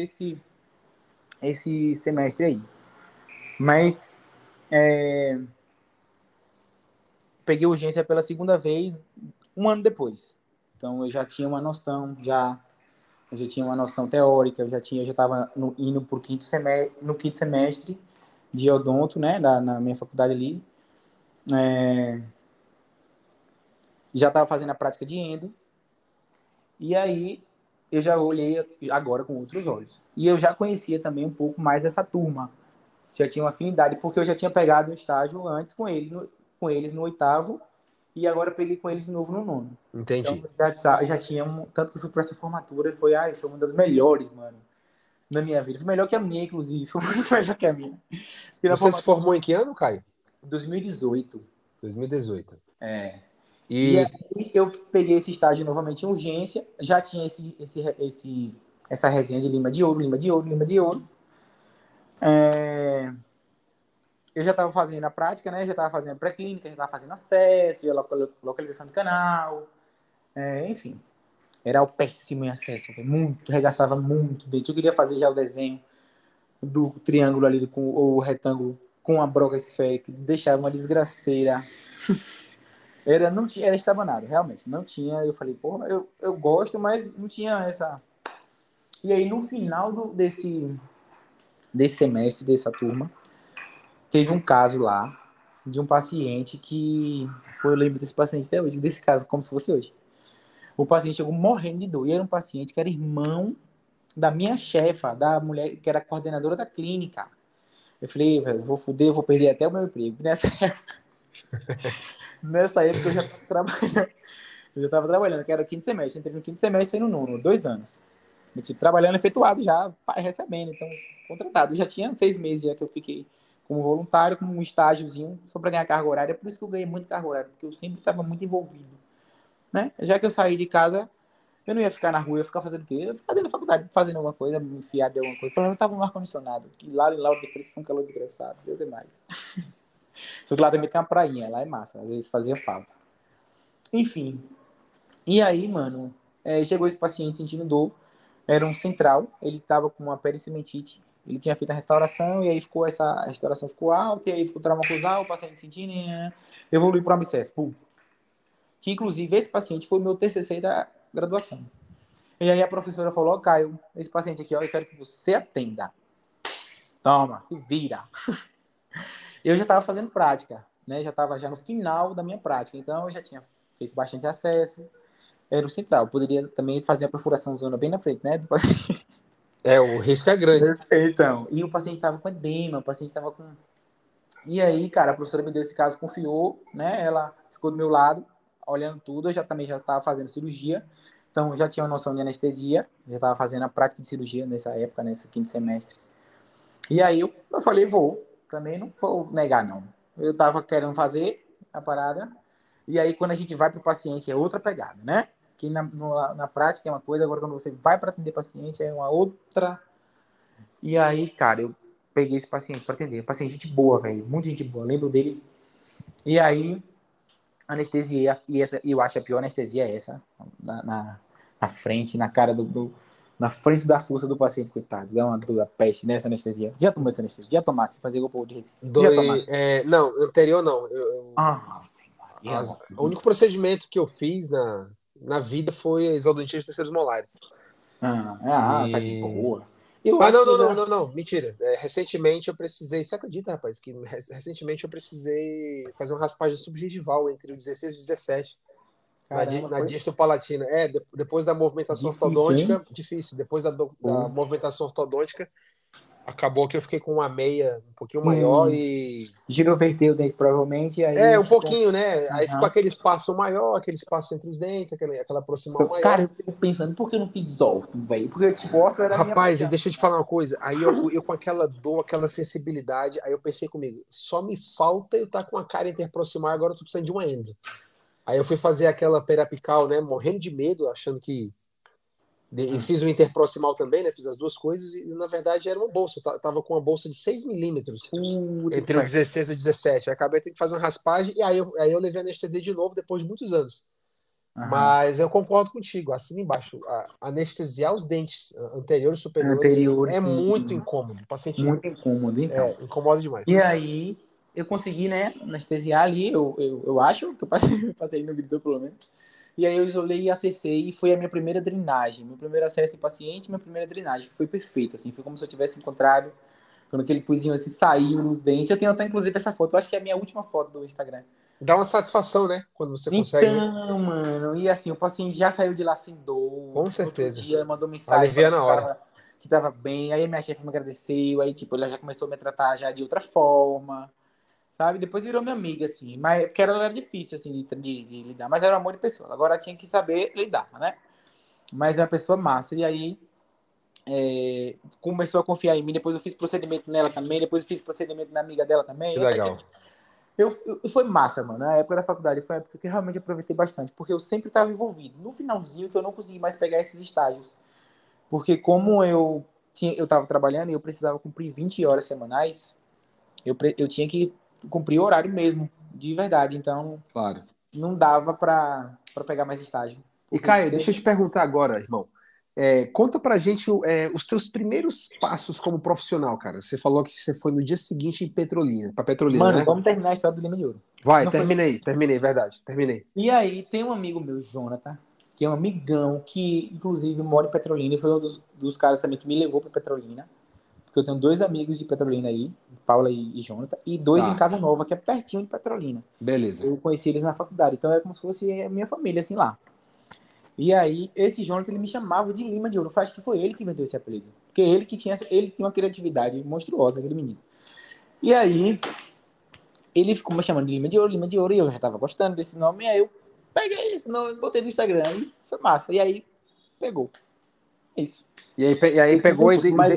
esse semestre aí. Mas peguei urgência pela segunda vez um ano depois. Então eu já tinha uma noção, eu já tinha uma noção teórica, eu já estava indo pro no quinto semestre de odonto, né, na minha faculdade ali. Já estava fazendo a prática de endo, e aí eu já olhei agora com outros olhos. E eu já conhecia também um pouco mais essa turma, já tinha uma afinidade, porque eu já tinha pegado um estágio antes com eles no oitavo, e agora eu peguei com eles de novo no nono. Então Entendi. já tinha tanto que eu fui para essa formatura e foi uma das melhores, mano, na minha vida. Foi melhor que a minha, inclusive. Foi muito melhor que a minha. E na Você se formatura formou em que ano, Caio? 2018. 2018. É. E E aí eu peguei esse estágio novamente em urgência, já tinha essa resenha de Lima de Ouro, Lima de Ouro, Lima de Ouro. Eu já estava fazendo a prática, né? Já estava fazendo pré-clínica, já estava fazendo acesso, localização do canal, enfim. Era o péssimo em acesso, muito, regaçava muito dentro. Eu queria fazer já o desenho do triângulo ali, com o retângulo com a broca esférica, deixava uma desgraceira. Não tinha, era estabanado, realmente. Não tinha. Eu falei, porra, eu gosto, mas não tinha essa. E aí, no final desse semestre, dessa turma, teve um caso lá de um paciente que. Pô, eu lembro desse paciente até hoje, desse caso, como se fosse hoje. O paciente chegou morrendo de dor. E era um paciente que era irmão da minha chefa, da mulher que era coordenadora da clínica. Eu falei, velho, vou fuder, eu vou perder até o meu emprego. Nessa época eu já estava trabalhando. Eu já estava trabalhando, que era o quinto semestre. Entrei no quinto semestre e no nono, 2 anos. Eu, tipo, trabalhando efetuado já, recebendo, então, contratado. Eu já tinha 6 meses já que eu fiquei como voluntário, como um estágiozinho, só para ganhar carga horária. Por isso que eu ganhei muito carga horária, porque eu sempre estava muito envolvido. Né? Já que eu saí de casa, eu não ia ficar na rua, eu ia ficar fazendo o quê? Eu ia ficar dentro da faculdade, fazendo alguma coisa, me enfiar de alguma coisa. Pelo menos eu estava no ar-condicionado, que lá em Lauro de Freitas é um calor desgraçado, Deus é mais. Só que lá também tem uma prainha, lá é massa, às vezes fazia falta. Enfim, e aí, mano, chegou esse paciente sentindo dor, era um central, ele tava com uma pericimentite, ele tinha feito a restauração, e aí a restauração ficou alta, e aí ficou trauma cruzal, o paciente sentindo, evoluiu para um abscesso, pum. Que inclusive esse paciente foi o meu TCC da graduação. E aí a professora falou, Caio, esse paciente aqui, ó, eu quero que você atenda. Toma, se vira. Eu já estava fazendo prática, né? Já estava já no final da minha prática, então eu já tinha feito bastante acesso. Era o central. Eu poderia também fazer a perfuração zona bem na frente, né? O risco é grande. Então, e o paciente estava com edema, o paciente estava com. E aí, cara, a professora me deu esse caso, confiou, né? Ela ficou do meu lado, olhando tudo. Eu já também já estava fazendo cirurgia, então já tinha uma noção de anestesia, já estava fazendo a prática de cirurgia nessa época, nesse quinto semestre. E aí eu falei, vou. Também não vou negar, não. Eu estava querendo fazer a parada. E aí, quando a gente vai para o paciente, é outra pegada, né? Que na prática é uma coisa, agora quando você vai para atender paciente, é uma outra. E aí, cara, eu peguei esse paciente para atender. Paciente gente boa, velho. Muita gente boa. Lembro dele. E aí, anestesia. E essa, eu acho a pior anestesia é essa. Na frente, na cara na frente da força do paciente, coitado. Dá uma dor da peste nessa anestesia. Já tomou essa anestesia? Já tomasse? Fazer igual de Recife. Já tomasse? Não, anterior não. Ah, O único procedimento que eu fiz na vida foi a isodontia de terceiros molares. Tá de boa. Não. Mentira. Recentemente eu precisei. Você acredita, rapaz? Que recentemente eu precisei fazer uma raspagem subgengival entre o 16 e o 17. Caramba, na disto palatina. Depois da movimentação ortodôntica, difícil. Depois da movimentação ortodôntica, acabou que eu fiquei com uma meia um pouquinho maior e. Giroverteu o dente, provavelmente. Aí um pouquinho, né? Aí ficou aquele espaço maior, aquele espaço entre os dentes, aquela proximal maior. Cara, eu fico pensando, por que eu não fiz orto, velho? Porque, tipo, orto era Rapaz, e deixa eu te falar uma coisa. Aí eu com aquela dor, aquela sensibilidade, aí eu pensei comigo, só me falta eu estar com a cara interproximal, agora eu tô precisando de uma endo. Aí eu fui fazer aquela periapical, né? Morrendo de medo, achando que. E fiz o interproximal também, né? Fiz as duas coisas e, na verdade, era uma bolsa. Eu tava com uma bolsa de 6 milímetros entre o 16 e o 17. Aí acabei tendo que fazer uma raspagem e aí eu levei anestesia de novo depois de muitos anos. Mas eu concordo contigo, assina embaixo. Anestesiar os dentes anteriores e superiores é muito incômodo. O paciente muito incômodo, então. Incomoda demais. E aí, eu consegui, né, anestesiar ali, eu acho que eu passei no gritou pelo menos. E aí eu isolei e acessei e foi a minha primeira drenagem. Meu primeiro acesso em paciente, minha primeira drenagem. Foi perfeito, assim. Foi como se eu tivesse encontrado quando aquele puzinho assim saiu nos dentes. Eu tenho até, inclusive, essa foto. Eu acho que é a minha última foto do Instagram. Dá uma satisfação, né? Quando você consegue. Então, mano. E assim, o paciente já saiu de lá sem dor. Com certeza. Outro dia mandou mensagem. Alivia na hora. Que tava bem. Aí a minha chefe me agradeceu. Aí, tipo, ela já começou a me tratar já de outra forma. Sabe? Depois virou minha amiga, assim. Mas porque ela era difícil, assim, de lidar. Mas era um amor de pessoa. Agora tinha que saber lidar, né? Mas é uma pessoa massa. E aí começou a confiar em mim. Depois eu fiz procedimento nela também. Depois eu fiz procedimento na amiga dela também. Que legal. Foi massa, mano. Na época da faculdade foi a época que eu realmente aproveitei bastante. Porque eu sempre estava envolvido. No finalzinho que eu não consegui mais pegar esses estágios. Porque como eu estava trabalhando e eu precisava cumprir 20 horas semanais, eu tinha que cumprir o horário mesmo, de verdade. Então, claro, não dava para pegar mais estágio. E, Caio, deixa eu te perguntar agora, irmão. Conta pra gente os teus primeiros passos como profissional, cara. Você falou que você foi no dia seguinte pra Petrolina, Mano, né? vamos terminar a história do Lima de Ouro. Vai, terminei, verdade, terminei. E aí, tem um amigo meu, Jonathan, que é um amigão, que inclusive mora em Petrolina, e foi um dos caras também que me levou pra Petrolina. Porque eu tenho 2 amigos de Petrolina aí, Paula e Jonathan, e 2 em Casa Nova, que é pertinho de Petrolina. Beleza. Eu conheci eles na faculdade, então é como se fosse a minha família, assim, lá. E aí, esse Jonathan, ele me chamava de Lima de Ouro. Eu acho que foi ele que inventou esse apelido. Porque ele tinha uma criatividade monstruosa, aquele menino. E aí, ele ficou me chamando de Lima de Ouro, e eu já tava gostando desse nome, e aí eu peguei esse nome, botei no Instagram, e foi massa. E aí, pegou. É isso. E aí pegou...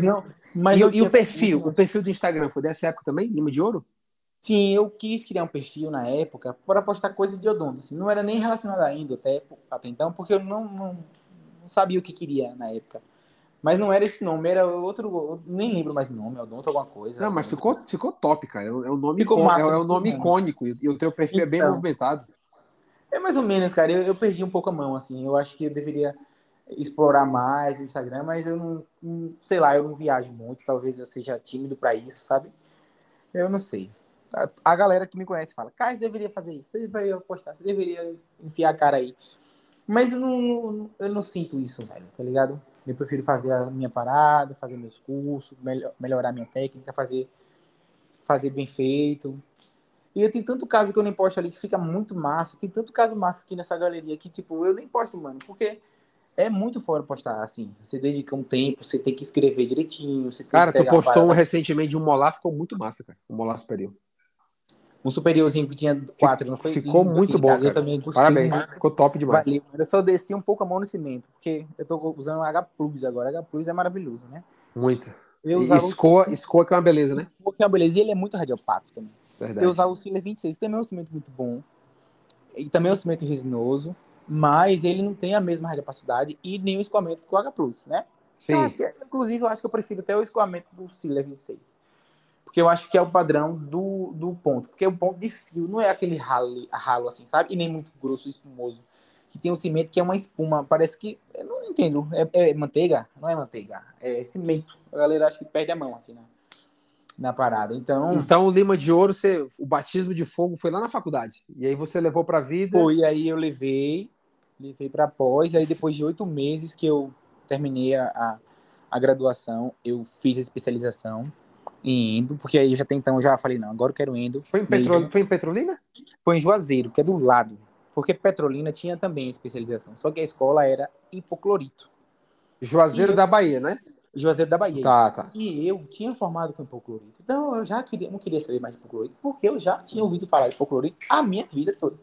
E o perfil do Instagram foi dessa época também, Lima de Ouro? Sim, eu quis criar um perfil na época para postar coisas de odonto. Assim, não era nem relacionado a endo até então, porque eu não sabia o que queria na época. Mas não era esse nome, era outro. Nem lembro mais o nome, odonto, alguma coisa. Não, mas ficou top, cara. É um nome, icônico. E o teu perfil é bem movimentado. É mais ou menos, cara. Eu perdi um pouco a mão, assim. Eu acho que eu deveria explorar mais o Instagram, mas eu não sei lá, eu não viajo muito. Talvez eu seja tímido para isso, sabe? Eu não sei. A galera que me conhece fala, cara, você deveria fazer isso, você deveria postar, você deveria enfiar a cara aí. Mas eu não sinto isso, velho, tá ligado? Eu prefiro fazer a minha parada, fazer meus cursos, melhorar minha técnica, fazer bem feito. E tem tanto caso que eu nem posto ali que fica muito massa. Tem tanto caso massa aqui nessa galeria que, tipo, eu nem posto, mano. Porque é muito fora postar, assim. Você dedica um tempo, você tem que escrever direitinho, você tem que Cara, tu pegar a postou um parada. recentemente de um molar, ficou muito massa, cara. Um molar superior. Um superiorzinho que tinha 4, não foi Ficou lindo muito aquele bom, caso. Eu cara. também gostei Parabéns. muito. Ficou top demais. Valeu. Eu só desci um pouco a mão no cimento, porque eu tô usando um H Plus agora. H Plus é maravilhoso, né? Muito. Eu E usava o escoa que é uma beleza, né? que é uma beleza. E ele é muito radiopaco também. Eu Verdade. usava o Ciller 26, também é um cimento muito bom. E também é um cimento resinoso, mas ele não tem a mesma radiopacidade e nem o escoamento que o H Plus, né? Eu Sim. acho que, inclusive, eu acho que eu prefiro até o escoamento do Ciller 26. Porque eu acho que é o padrão do ponto. Porque o ponto de fio não é aquele ralo assim, sabe? E nem muito grosso, espumoso. Que tem um cimento que é uma espuma. Parece que. Eu não entendo. É manteiga? Não é manteiga. É cimento. A galera acha que perde a mão, assim, na parada. Então. Então, o Lima de Ouro, o batismo de fogo foi lá na faculdade. E aí você levou pra vida. Foi, aí eu levei para pós. Aí depois de 8 meses que eu terminei a graduação, eu fiz a especialização em endo, porque aí já então já falei, não, agora eu quero endo. Foi em Petrolina? Foi em Juazeiro, que é do lado. Porque Petrolina tinha também especialização, só que a escola era hipoclorito. E Juazeiro eu, da Bahia, né? Juazeiro da Bahia, isso. Tá, tá. E eu tinha formado com hipoclorito. Então eu já não queria saber mais de hipoclorito, porque eu já tinha ouvido falar de hipoclorito a minha vida toda.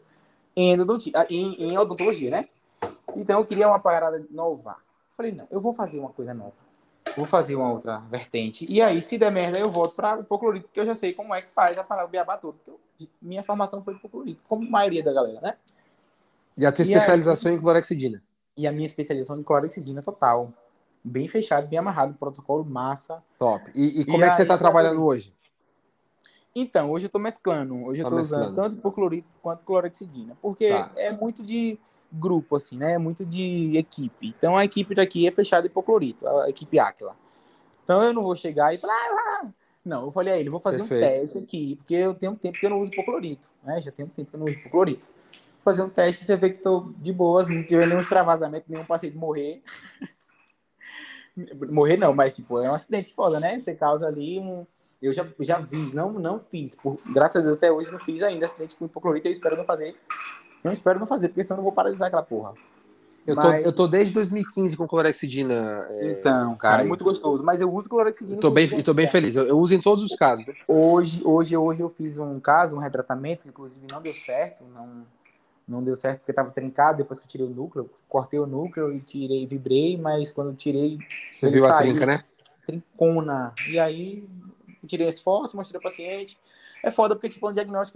Em odontologia, né? Então eu queria uma parada nova. Falei, não, eu vou fazer uma coisa nova. Vou fazer uma outra vertente. E aí, se der merda, eu volto para o hipoclorito, porque eu já sei como é que faz a parada do beabá todo. Minha formação foi hipoclorito, como a maioria da galera, né? E a tua E aí, especialização em clorexidina? e a minha especialização em clorexidina total. Bem fechado, bem amarrado, protocolo massa. Top. E E como é que você aí está eu trabalhando adorei. hoje? Então, hoje eu estou mesclando. Hoje eu Tá estou usando mesclando. tanto hipoclorito quanto clorexidina. Porque Tá. é muito de grupo, assim, né? É muito de equipe. Então, a equipe daqui é fechada hipoclorito, a equipe Aquila. Então, eu não vou chegar e falar... Não, eu falei a ele, vou fazer um Perfeito. teste aqui, porque eu tenho um tempo que eu não uso hipoclorito, né? Já tem um tempo que eu não uso hipoclorito. Fazer um teste, você vê que estou de boas, não tiver nenhum extravasamento, nenhum paciente morrer. Morrer não, mas tipo, é um acidente foda, né? Você causa ali um. Eu já vi, não fiz. Graças a Deus até hoje não fiz ainda acidente com hipoclorito, eu espero não fazer. Não espero não fazer, porque senão eu não vou paralisar aquela porra. Eu tô Mas. desde 2015 com clorexidina, Então, cara, é Caio. muito gostoso. Mas eu uso Eu clorexidina, tô bem, inclusive, eu tô bem ainda. feliz. Eu uso em todos os casos, viu? Hoje eu fiz um caso, um retratamento, que inclusive não deu certo. Não deu certo porque estava trincado. Depois que eu tirei o núcleo, cortei o núcleo e tirei, vibrei, mas quando eu tirei, Você ele viu a trinca, saiu né? trincona. E aí, eu tirei as fotos, mostrei ao paciente. É foda porque tipo, é um diagnóstico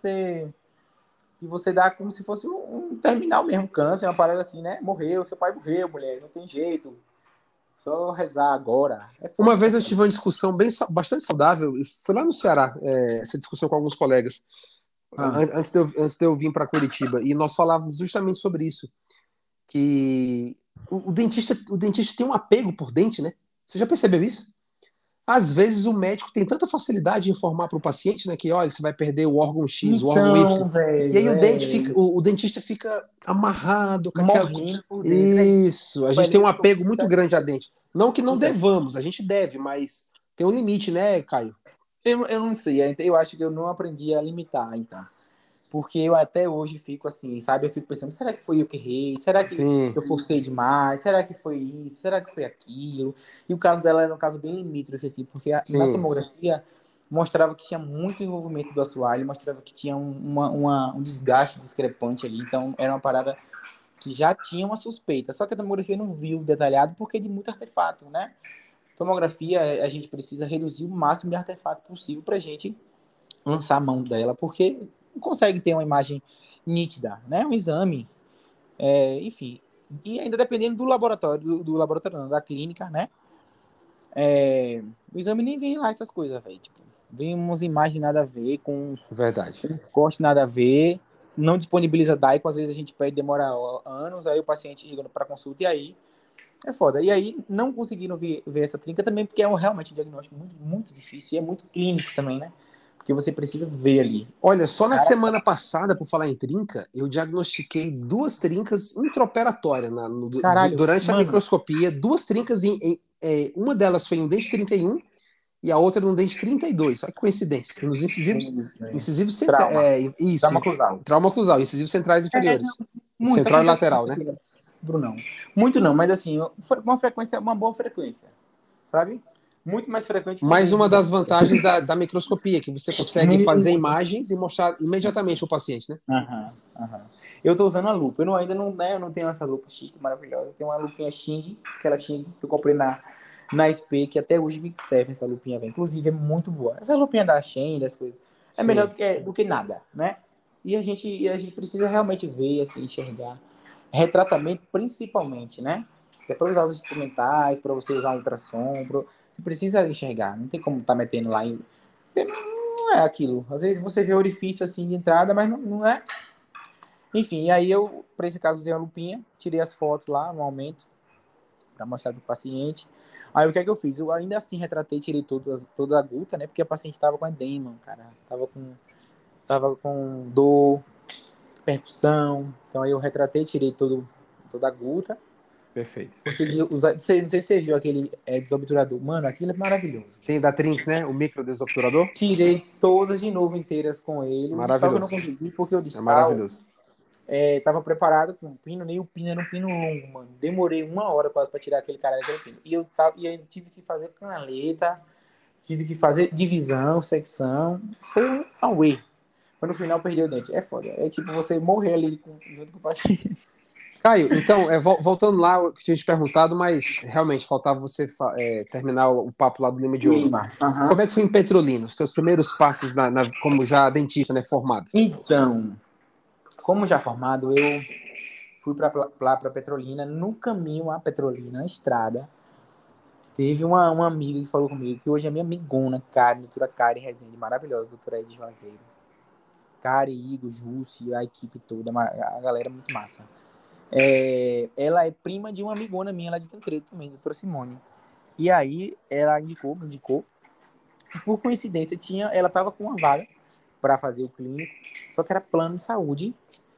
que você dá como se fosse um terminal mesmo, câncer, uma parada assim, né? Morreu, seu pai morreu, mulher, não tem jeito. Só rezar agora. É Uma foda, é vez eu foda. tive uma discussão bastante saudável, e foi lá no Ceará, essa discussão com alguns colegas, Ah, antes de eu vir para Curitiba, e nós falávamos justamente sobre isso, que o dentista tem um apego por dente, né? Você já percebeu isso? Às vezes o médico tem tanta facilidade de informar para o paciente, né, que olha, você vai perder o órgão X, o órgão Y, então, e aí velho, o dentista fica amarrado com aquela. morrendo por dentro, é isso. Isso, a Foi gente ali tem um que eu apego fiquei muito grande a satisfeito. dente. Não que não Então, devamos, a gente deve, mas tem um limite, né, Caio? eu não sei, eu acho que eu não aprendi a limitar, então. Porque eu até hoje fico assim, sabe? Eu fico pensando, será que foi eu que errei? Será que Sim, eu forcei demais? Será que foi isso? Será que foi aquilo? E o caso dela era um caso bem limítrofe, assim, porque na sim. tomografia mostrava que tinha muito envolvimento do assoalho, mostrava que tinha um desgaste discrepante ali, então era uma parada que já tinha uma suspeita, só que a tomografia não viu detalhado porque é de muito artefato, né? Tomografia, a gente precisa reduzir o máximo de artefato possível para a gente lançar a mão dela, porque não consegue ter uma imagem nítida, né? Um exame, enfim. E ainda dependendo do laboratório, do laboratório não, da clínica, né? O exame nem vem lá essas coisas, velho. Tipo, vem umas imagens nada a ver, Verdade. uns cortes nada a ver, não disponibiliza DAICO, às vezes a gente pede, demora anos, aí o paciente chega para consulta e aí é foda. E aí não conseguiram ver essa trinca também, porque é realmente um diagnóstico muito, muito difícil e é muito clínico também, né? Porque você precisa ver ali. Olha, só na semana passada, por falar em trinca, eu diagnostiquei 2 trincas intraoperatórias Caralho, durante a mano. microscopia, 2 trincas, uma delas foi em um dente 31 e a outra num dente 32. Olha que coincidência. Nos incisivos Trauma. isso, Trauma cruzado. trauma cruzal, incisivos centrais inferiores. Muito, Central e acontece lateral, muito né? aqui, Brunão. Muito não, mas assim, uma frequência, uma boa frequência, sabe? Muito mais frequente que Mais uma das vezes. vantagens da microscopia, que você consegue fazer imagens e mostrar imediatamente ao paciente, né? Aham. Eu tô usando a lupa. Ainda não, né, eu não tenho essa lupa chique, maravilhosa. Eu tenho uma lupinha Xing, aquela Xing que eu comprei na SP, que até hoje me serve essa lupinha, velho. Inclusive, é muito boa. Essa lupinha da Xing, das coisas, é melhor Sim. do que nada, né? E a gente precisa realmente ver, assim, enxergar. Retratamento, principalmente, né? É para usar os instrumentais, para você usar um ultrassom, você precisa enxergar. Não tem como estar metendo lá em... Não é aquilo. Às vezes você vê orifício assim de entrada, mas não é. Enfim, e aí eu, para esse caso, usei uma lupinha, tirei as fotos lá no aumento, para mostrar para o paciente. Aí o que é que eu fiz? Eu ainda assim retratei, tirei toda a guta, né? Porque a paciente estava com edema, cara. Tava com dor, percussão. Então aí eu retratei, tirei toda a guta. Perfeito. Consegui usar. Não sei se você viu aquele desobturador. Mano, aquilo é maravilhoso. Sim, da Trinx, né? O micro desobturador. Tirei todas de novo inteiras com ele. O distal eu não Maravilhoso. consegui, porque o É distal maravilhoso. tava preparado com um pino, nem o pino era um pino longo, mano. Demorei 1 hora quase pra tirar aquele cara daquele pino. E aí tive que fazer canaleta, tive que fazer divisão, secção. Foi um away. Mas no final perdi o dente. É foda. É tipo você morrer ali junto com o paciente. Caio, então, voltando lá, eu tinha te perguntado, mas realmente faltava você terminar o papo lá do Lima de Ouro. Como é que foi em Petrolina? Os seus primeiros passos como já dentista, né, formado? Então, como já formado, eu fui lá para Petrolina. No caminho a Petrolina, na estrada, teve uma amiga que falou comigo, que hoje é minha amigona, doutora Karen Rezende, maravilhosa, doutora Ed Juazeiro. Karen, Igor, Júcio, a equipe toda, a galera é muito massa. Ela é prima de uma amigona minha lá de Tancredo também, doutora Simone. E aí ela me indicou. E por coincidência, ela estava com uma vaga para fazer o clínico, só que era plano de saúde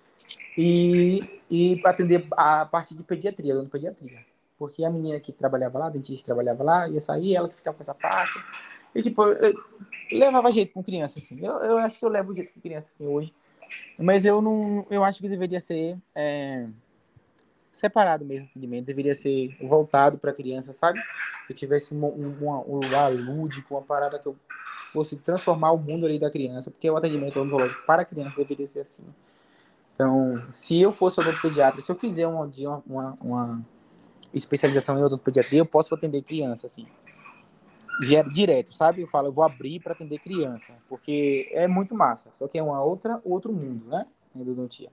e atender a parte de pediatria, dando pediatria. Porque a menina que trabalhava lá, a dentista que trabalhava lá, ia sair, ela que ficava com essa parte. E, tipo, eu levava jeito com criança, assim. Eu acho que eu levo jeito com criança, assim, hoje. Mas eu acho que deveria ser separado mesmo o atendimento, deveria ser voltado para criança, sabe? Que tivesse um lugar lúdico, uma parada que eu fosse transformar o mundo ali da criança, porque o atendimento odontológico para criança deveria ser assim. Então, se eu fosse odontopediatra, se eu fizer uma especialização em odontopediatria, eu posso atender criança, assim, direto, sabe? Eu vou abrir para atender criança, porque é muito massa, só que é outro mundo, né? Endodontia.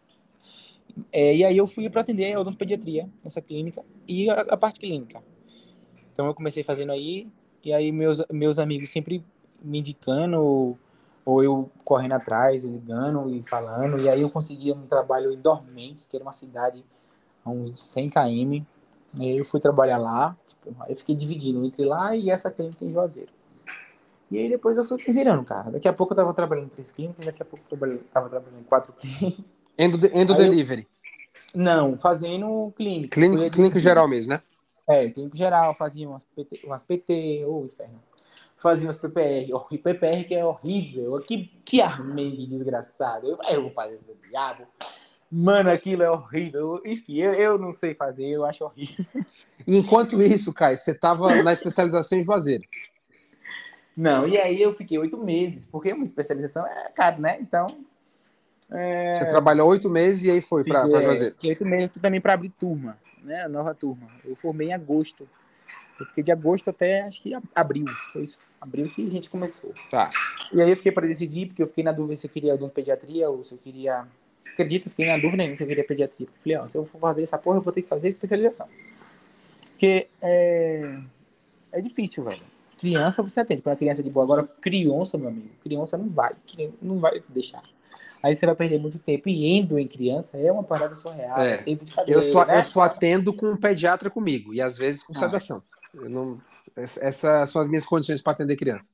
E aí eu fui para atender a odontopediatria nessa clínica e a parte clínica. Então eu comecei fazendo aí, e aí meus amigos sempre me indicando, ou eu correndo atrás, ligando e falando, e aí eu conseguia um trabalho em Dormentes, que era uma cidade a uns 100 km, e aí eu fui trabalhar lá, tipo, aí eu fiquei dividindo entre lá e essa clínica em Juazeiro. E aí depois eu fui me virando, cara. Daqui a pouco eu tava trabalhando em 3 clínicas, daqui a pouco eu tava trabalhando em 4 clínicas. Endo delivery. Não, fazendo clínica. Clínico geral mesmo, né? Clínico geral, fazia umas PT, inferno. Fazia umas PPR, e PPR que é horrível. Que armengue desgraçado. Eu vou fazer esse diabo. Mano, aquilo é horrível. Enfim, eu não sei fazer, eu acho horrível. E enquanto isso, Caio, você estava na especialização em Juazeiro. Não, e aí eu fiquei 8 meses, porque uma especialização é caro, né? Então. Você trabalhou 8 meses e aí foi para Juazeiro. Fiquei 8 meses também para abrir turma, né? A nova turma. Eu formei em agosto. Eu fiquei de agosto até, acho que abril. Foi isso. Abril que a gente começou. Tá. E aí eu fiquei para decidir, porque eu fiquei na dúvida se eu queria odontopediatria ou se eu queria... Acredita, fiquei na dúvida ainda se eu queria pediatria. Porque eu falei, se eu for fazer essa porra, eu vou ter que fazer especialização. Porque é difícil, velho. Criança você atende. Quando a criança é de boa. Agora, criança, meu amigo. Criança não vai deixar. Aí você vai perder muito tempo. E endo em criança é uma parada surreal. Tempo de cadeira, eu só atendo com um pediatra comigo. E às vezes com sedação. Essas são as minhas condições para atender criança.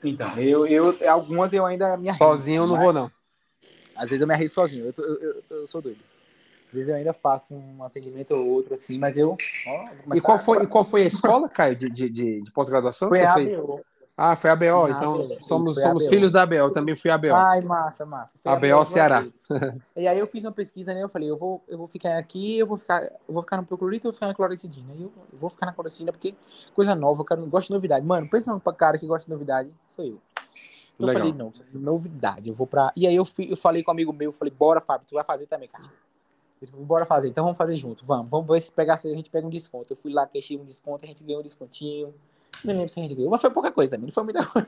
Então, algumas eu ainda me arrisco. Sozinho eu não vou, não. Às vezes eu me arrisco sozinho, eu sou doido. Às vezes eu ainda faço um atendimento ou outro, assim, mas eu... E qual foi a escola, Caio, de pós-graduação que Foi você a fez? ABO. Ah, foi a ABO, Foi a então ABO. somos Foi a ABO. filhos da ABO, eu também fui ABO. Ai, massa. Foi a ABO ABO Ceará. E aí eu fiz uma pesquisa, né? Eu falei, eu vou ficar aqui, eu vou ficar no Proclorito, eu vou ficar na Cloricidina. Eu vou ficar na Cloricidina porque coisa nova, eu gosto de novidade. Mano, pensa pra cara que gosta de novidade, sou eu. Então Legal. eu falei, não, novidade, eu vou pra... E aí eu falei com um amigo meu, eu falei, bora, Fábio, tu vai fazer também, cara. Ele falou, bora fazer, então vamos fazer junto, vamos ver se a gente pega um desconto. Eu fui lá, queixei um desconto, a gente ganhou um descontinho. Não lembro se a gente ganhou, mas foi pouca coisa também, não foi muita coisa.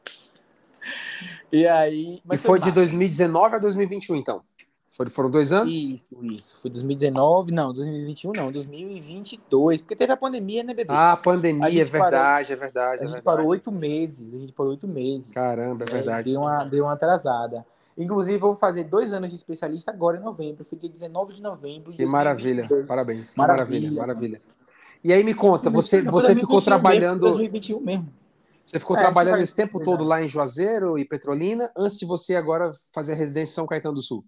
E aí... E foi de 2019 a 2021, então? Foram 2 anos? Isso. Foi 2019, não, 2021 não, 2022, porque teve a pandemia, né, bebê? Ah, pandemia, é verdade. A gente parou 8 meses. Caramba, é verdade. Deu uma atrasada. Inclusive, eu vou fazer 2 anos de especialista agora em novembro. Foi dia 19 de novembro de Que 2022. maravilha, parabéns. Que maravilha. E aí me conta, você Foi ficou trabalhando... 2021 mesmo. Você ficou trabalhando esse tempo todo lá em Juazeiro e Petrolina, antes de você agora fazer a residência em São Caetano do Sul?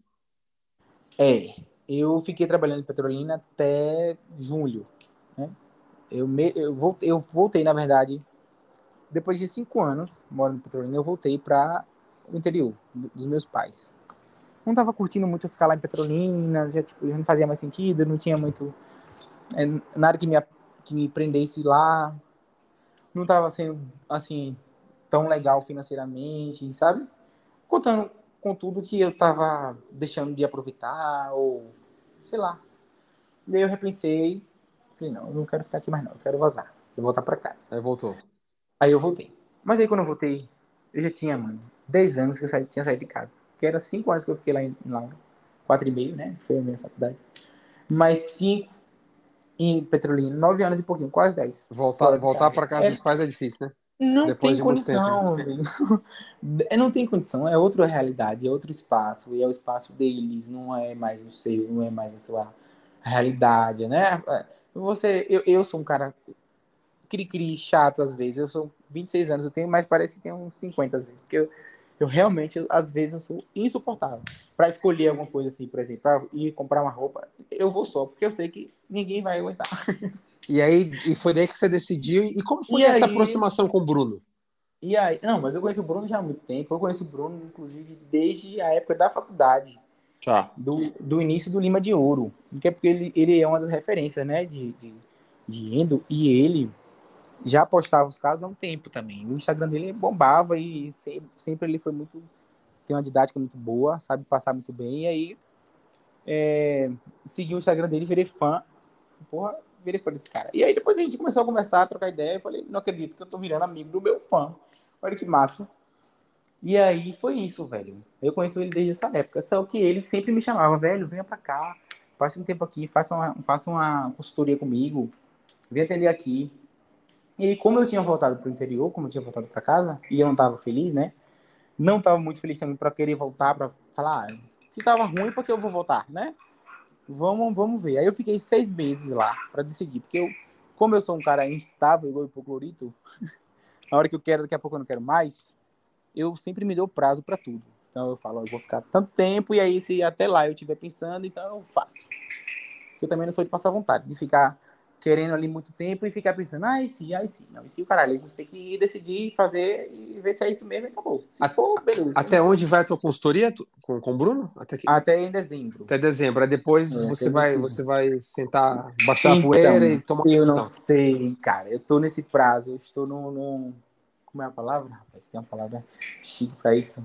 Eu fiquei trabalhando em Petrolina até julho, né? Eu voltei, na verdade, depois de 5 anos morando em Petrolina, eu voltei para o interior dos meus pais. Não estava curtindo muito ficar lá em Petrolina, já não fazia mais sentido, não tinha muito nada que me prendesse lá, não estava sendo assim tão legal financeiramente, sabe? Contando com tudo que eu estava deixando de aproveitar ou sei lá. Daí eu repensei, falei, não, eu não quero ficar aqui mais não, eu quero vazar, eu vou voltar para casa. Aí voltou. Aí eu voltei. Mas aí quando eu voltei, eu já tinha, 10 anos que eu tinha saído de casa. Que era 5 anos que eu fiquei lá em Laura. 4,5, né? Que foi a minha faculdade. Mais 5 em Petrolina. 9 anos e pouquinho, quase 10. Voltar para casa dos pais é difícil, né? Não Depois tem de muito condição. Não tem condição. É outra realidade, é outro espaço. E é o espaço deles, não é mais o seu, não é mais a sua realidade, né? Eu sou um cara cri-cri, chato às vezes. Eu sou 26 anos, eu tenho, mas parece que tenho uns 50 às vezes. Porque eu realmente, às vezes, eu sou insuportável. Para escolher alguma coisa assim, por exemplo, para ir comprar uma roupa, eu vou só, porque eu sei que ninguém vai aguentar. E foi daí que você decidiu. E como foi essa aproximação com o Bruno? Não, mas eu conheço o Bruno já há muito tempo. Eu conheço o Bruno, inclusive, desde a época da faculdade. Tá. Do início do Lima de Ouro. Porque ele é uma das referências, né, de endo, e ele já postava os casos há um tempo também. O Instagram dele bombava e sempre ele foi muito... Tem uma didática muito boa, sabe passar muito bem. E aí, segui o Instagram dele, virei fã. Virei fã desse cara. E aí depois a gente começou a conversar, a trocar ideia. Eu falei, não acredito que eu tô virando amigo do meu fã. Olha que massa. E aí foi isso, velho. Eu conheço ele desde essa época. Só que ele sempre me chamava, velho, venha pra cá. Passe um tempo aqui, faça uma consultoria comigo. Venha atender aqui. E como eu tinha voltado pro interior, como eu tinha voltado pra casa, e eu não tava feliz, né? Não tava muito feliz também pra querer voltar, pra falar, se tava ruim, porque eu vou voltar, né? Vamos ver. Aí eu fiquei 6 meses lá pra decidir, porque como eu sou um cara instável, igual o hipoclorito, na hora que eu quero, daqui a pouco eu não quero mais, eu sempre me dou prazo pra tudo. Então eu falo, eu vou ficar tanto tempo, e aí se até lá eu estiver pensando, então eu faço. Eu também não sou de passar vontade, de ficar querendo ali muito tempo e ficar pensando, e se, não, e se o caralho, a gente tem que decidir, fazer e ver se é isso mesmo e acabou. Se for, beleza. Até onde vai a tua consultoria com o Bruno? Até em dezembro. Até dezembro. Aí depois você vai sentar, baixar a poeira e tomar eu não sei, cara. Eu tô nesse prazo, eu estou num... Como é a palavra? Rapaz, tem uma palavra chique pra isso.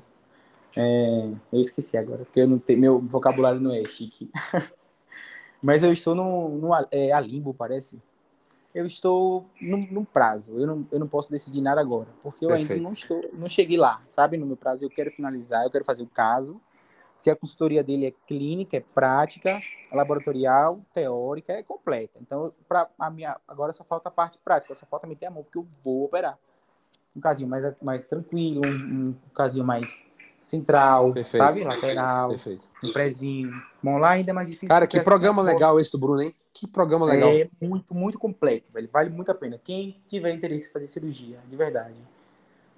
Eu esqueci agora, porque eu não tenho, meu vocabulário não é chique. Mas eu estou a limbo, parece. Eu estou num prazo. Eu não posso decidir nada agora. Porque eu Perfeito. ainda não cheguei lá, sabe? No meu prazo, eu quero finalizar, eu quero fazer o caso. Porque a consultoria dele é clínica, é prática, é laboratorial, teórica, é completa. Então, agora só falta a parte prática, só falta meter a mão, porque eu vou operar. Um casinho mais tranquilo, um casinho mais central, Perfeito. sabe? Lateral, Perfeito. um prezinho. Bom, lá ainda é mais difícil. Cara, que programa legal esse do Bruno, hein? Que programa legal. É muito, muito completo, velho. Vale muito a pena. Quem tiver interesse em fazer cirurgia, de verdade,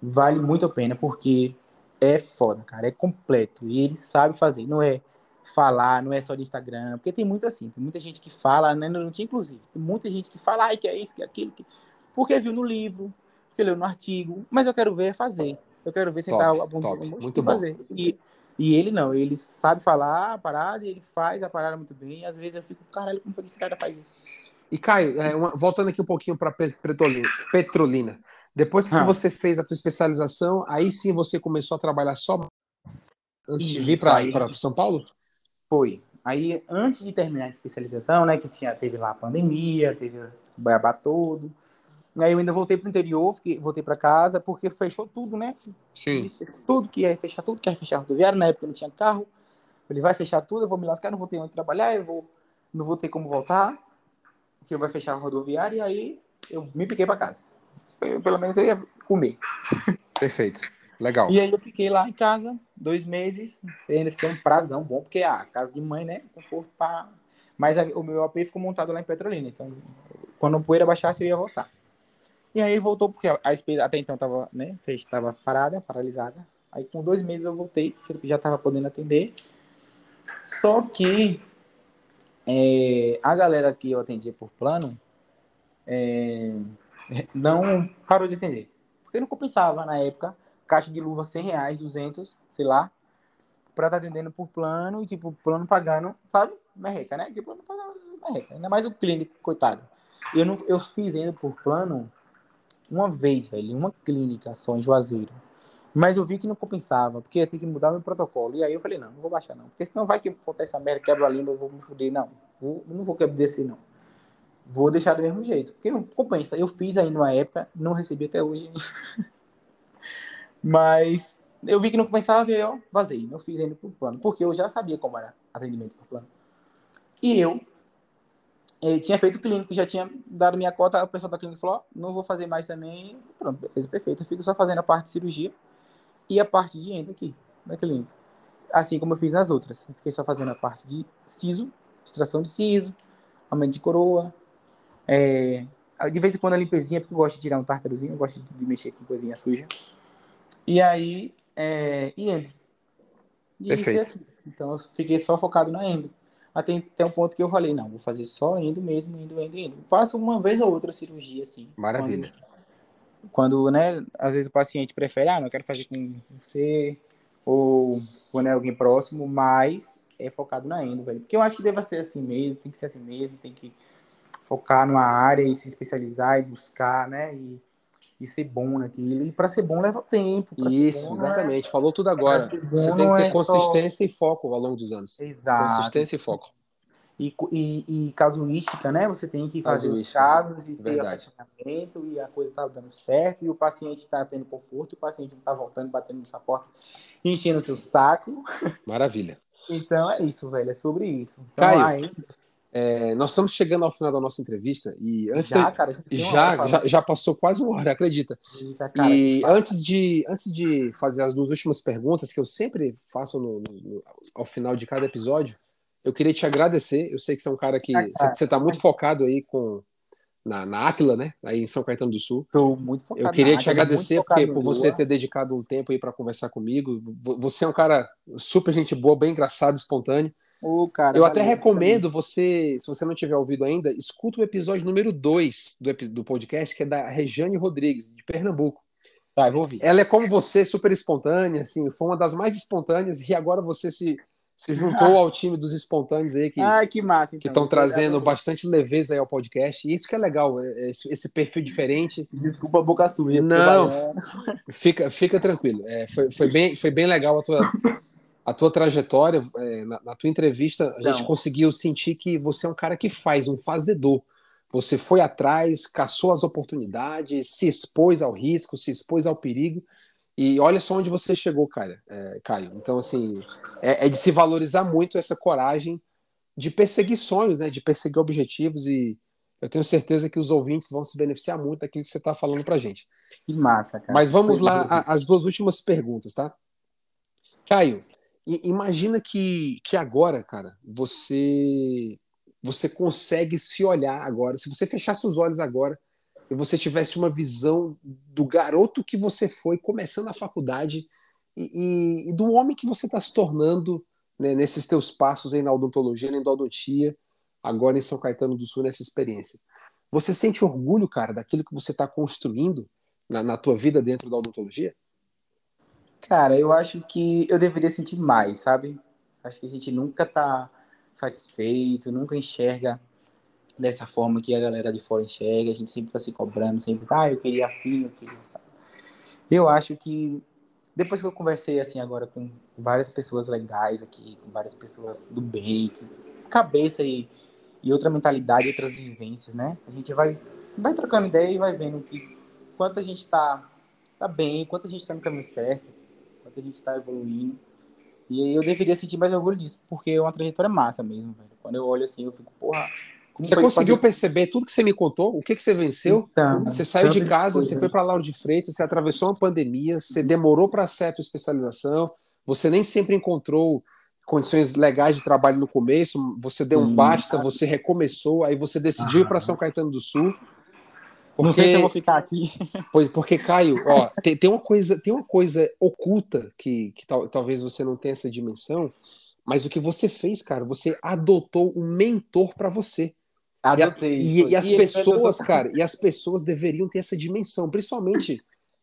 vale muito a pena, porque é foda, cara, é completo, e ele sabe fazer, não é falar, não é só de Instagram, porque tem muito assim, tem muita gente que fala, né, não tinha inclusive, tem muita gente que fala, ai, que é isso, que é aquilo, porque viu no livro, porque leu no artigo, mas eu quero ver fazer, eu quero ver sentar Top, a bunda top. no mocho Muito e bom. fazer, e ele não, ele sabe falar a parada, e ele faz a parada muito bem, e às vezes eu fico, caralho, como foi que esse cara faz isso? E, Caio, voltando aqui um pouquinho para Petrolina. Depois que Ah, você fez a tua especialização, aí sim você começou a trabalhar só antes de vir isso, para aí São Paulo? foi. Aí, antes de terminar a especialização, né, que teve lá a pandemia, teve o beabá todo. Aí eu ainda voltei pro interior, voltei para casa, porque fechou tudo, né? Sim. Tudo que ia fechar tudo, que ia fechar a rodoviária, na época não tinha carro. Ele vai fechar tudo, eu vou me lascar, não vou ter onde trabalhar, não vou ter como voltar, porque vai fechar a rodoviária, e aí eu me piquei para casa. Pelo menos eu ia comer. Perfeito. Legal. E aí eu fiquei lá em casa 2 meses, e ainda fiquei um prazão bom, porque a casa de mãe, né? Conforto pra... Mas o meu AP ficou montado lá em Petrolina, então quando a poeira baixasse eu ia voltar. E aí voltou, porque a espera até então estava, né? Estava parada, paralisada. Aí com 2 meses eu voltei, porque eu já estava podendo atender. Só que a galera que eu atendia por plano não parou de atender. Porque não compensava na época, caixa de luva R$ 100, 200, sei lá, pra estar atendendo por plano e, tipo, plano pagando, sabe? Merreca, né? Que plano pagando merreca. Ainda mais o clínico, coitado. Eu fiz indo por plano uma vez, velho, em uma clínica só, em Juazeiro. Mas eu vi que não compensava, porque ia ter que mudar meu protocolo. E aí eu falei, não vou baixar não. Porque senão vai que acontece uma merda, quebra a língua, eu vou me fuder. Não, não vou descer, não. Vou deixar do mesmo jeito. Porque não compensa. Eu fiz ainda uma época, não recebi até hoje. Mas eu vi que não compensava e eu vazei. Não fiz ainda por plano. Porque eu já sabia como era atendimento por plano. E eu tinha feito clínico, já tinha dado minha cota. O pessoal da clínica falou: oh, não vou fazer mais também. Pronto, beleza, perfeito. Eu fico só fazendo a parte de cirurgia e a parte de endo aqui, na clínica. Assim como eu fiz nas outras. Eu fiquei só fazendo a parte de siso, extração de siso, aumento de coroa. De vez em quando a limpezinha, porque eu gosto de tirar um tártarozinho, eu gosto de mexer com coisinha suja. E aí, e endo. E foi Perfeito. assim. Então eu fiquei só focado na endo. Até um ponto que eu falei, não, vou fazer só endo mesmo, endo. Faço uma vez ou outra cirurgia, assim. Maravilha. Quando, né, às vezes o paciente prefere, não quero fazer com você, ou quando é alguém próximo, mas é focado na endo, velho. Porque eu acho que deve ser assim mesmo, tem que ser assim mesmo, tem que focar numa área e se especializar e buscar, né, e ser bom naquilo. E para ser bom leva tempo, para ser Isso, bom não é, exatamente. Falou tudo para agora. ser Você bom tem que não ter é só consistência e foco ao longo dos anos. exato. Consistência e foco. E casuística, né? Você tem que fazer os Casuística. casos e ter Verdade. acompanhamento e a coisa está dando certo e o paciente está tendo conforto, e o paciente não está voltando, batendo na sua porta, enchendo o seu saco. Maravilha. Então é isso, velho, é sobre isso. Então Caio, aí, nós estamos chegando ao final da nossa entrevista e já, cara, a gente tem uma hora falando. já passou quase uma hora, acredita? Eita, cara, que E passa. antes de fazer as duas últimas perguntas, que eu sempre faço ao final de cada episódio, eu queria te agradecer. Eu sei que você é um cara Ah, que você cara, está muito focado aí na Áquila, né? Aí em São Caetano do Sul. tô muito Eu focado queria na te Águila, muito agradecer focado por no você Lua. ter dedicado um tempo aí para conversar comigo. Você é um cara super gente boa, bem engraçado, espontâneo. Ô, cara, Eu até valeu. recomendo você, se você não tiver ouvido ainda, escuta o episódio número 2 do podcast, que é da Rejane Rodrigues, de Pernambuco. Tá, eu vou ouvir. Ela é como você, super espontânea, assim, foi uma das mais espontâneas, e agora você se juntou ao time dos espontâneos aí Ai, que massa, que então. estão trazendo Adorei. bastante leveza aí ao podcast. E isso que é legal, esse perfil diferente. Desculpa a boca suja, porque Não, baiano. fica tranquilo. Foi bem legal a tua trajetória. Na tua entrevista, a gente Então, conseguiu sentir que você é um cara que faz, um fazedor. Você foi atrás, caçou as oportunidades, se expôs ao risco, se expôs ao perigo. E olha só onde você chegou, cara, Caio. Então, assim, é de se valorizar muito essa coragem de perseguir sonhos, né? De perseguir objetivos. E eu tenho certeza que os ouvintes vão se beneficiar muito daquilo que você está falando pra gente. que massa, cara. Mas Fico vamos feliz de lá, ouvir. as duas últimas perguntas, tá? Caio, imagina que agora, cara, você consegue se olhar agora. Se você fechasse os olhos agora, e você tivesse uma visão do garoto que você foi começando a faculdade e do homem que você está se tornando, né, nesses teus passos aí na odontologia, na endodontia, agora em São Caetano do Sul, nessa experiência. Você sente orgulho, cara, daquilo que você está construindo na tua vida dentro da odontologia? Cara, eu acho que eu deveria sentir mais, sabe? Acho que a gente nunca tá satisfeito, nunca enxerga dessa forma que a galera de fora enxerga. A gente sempre tá se cobrando, sempre tá, eu queria assim, eu queria assim. Eu acho que depois que eu conversei assim agora com várias pessoas legais aqui, com várias pessoas do bem, cabeça e outra mentalidade, outras vivências, né? A gente vai trocando ideia e vai vendo que quanto a gente tá bem, quanto a gente tá no caminho certo, quanto a gente tá evoluindo. E aí eu deveria sentir mais orgulho disso, porque é uma trajetória massa mesmo, velho. Quando eu olho assim, eu fico, porra, como Você foi conseguiu fazer perceber tudo que você me contou? O que você venceu? então, Você saiu de tanta casa, você foi coisa. para Lauro de Freitas, você atravessou uma pandemia, você demorou para certa especialização, você nem sempre encontrou condições legais de trabalho no começo, você deu um Sim. basta, você recomeçou, aí você decidiu ir para Ah, São Caetano do Sul, não sei se eu vou porque, ficar aqui. porque Caio, ó, tem uma coisa oculta que talvez você não tenha essa dimensão, mas o que você fez, cara, você adotou um mentor para você. Adotei, E foi. as E ele me adotou. pessoas, cara, e as pessoas deveriam ter essa dimensão, principalmente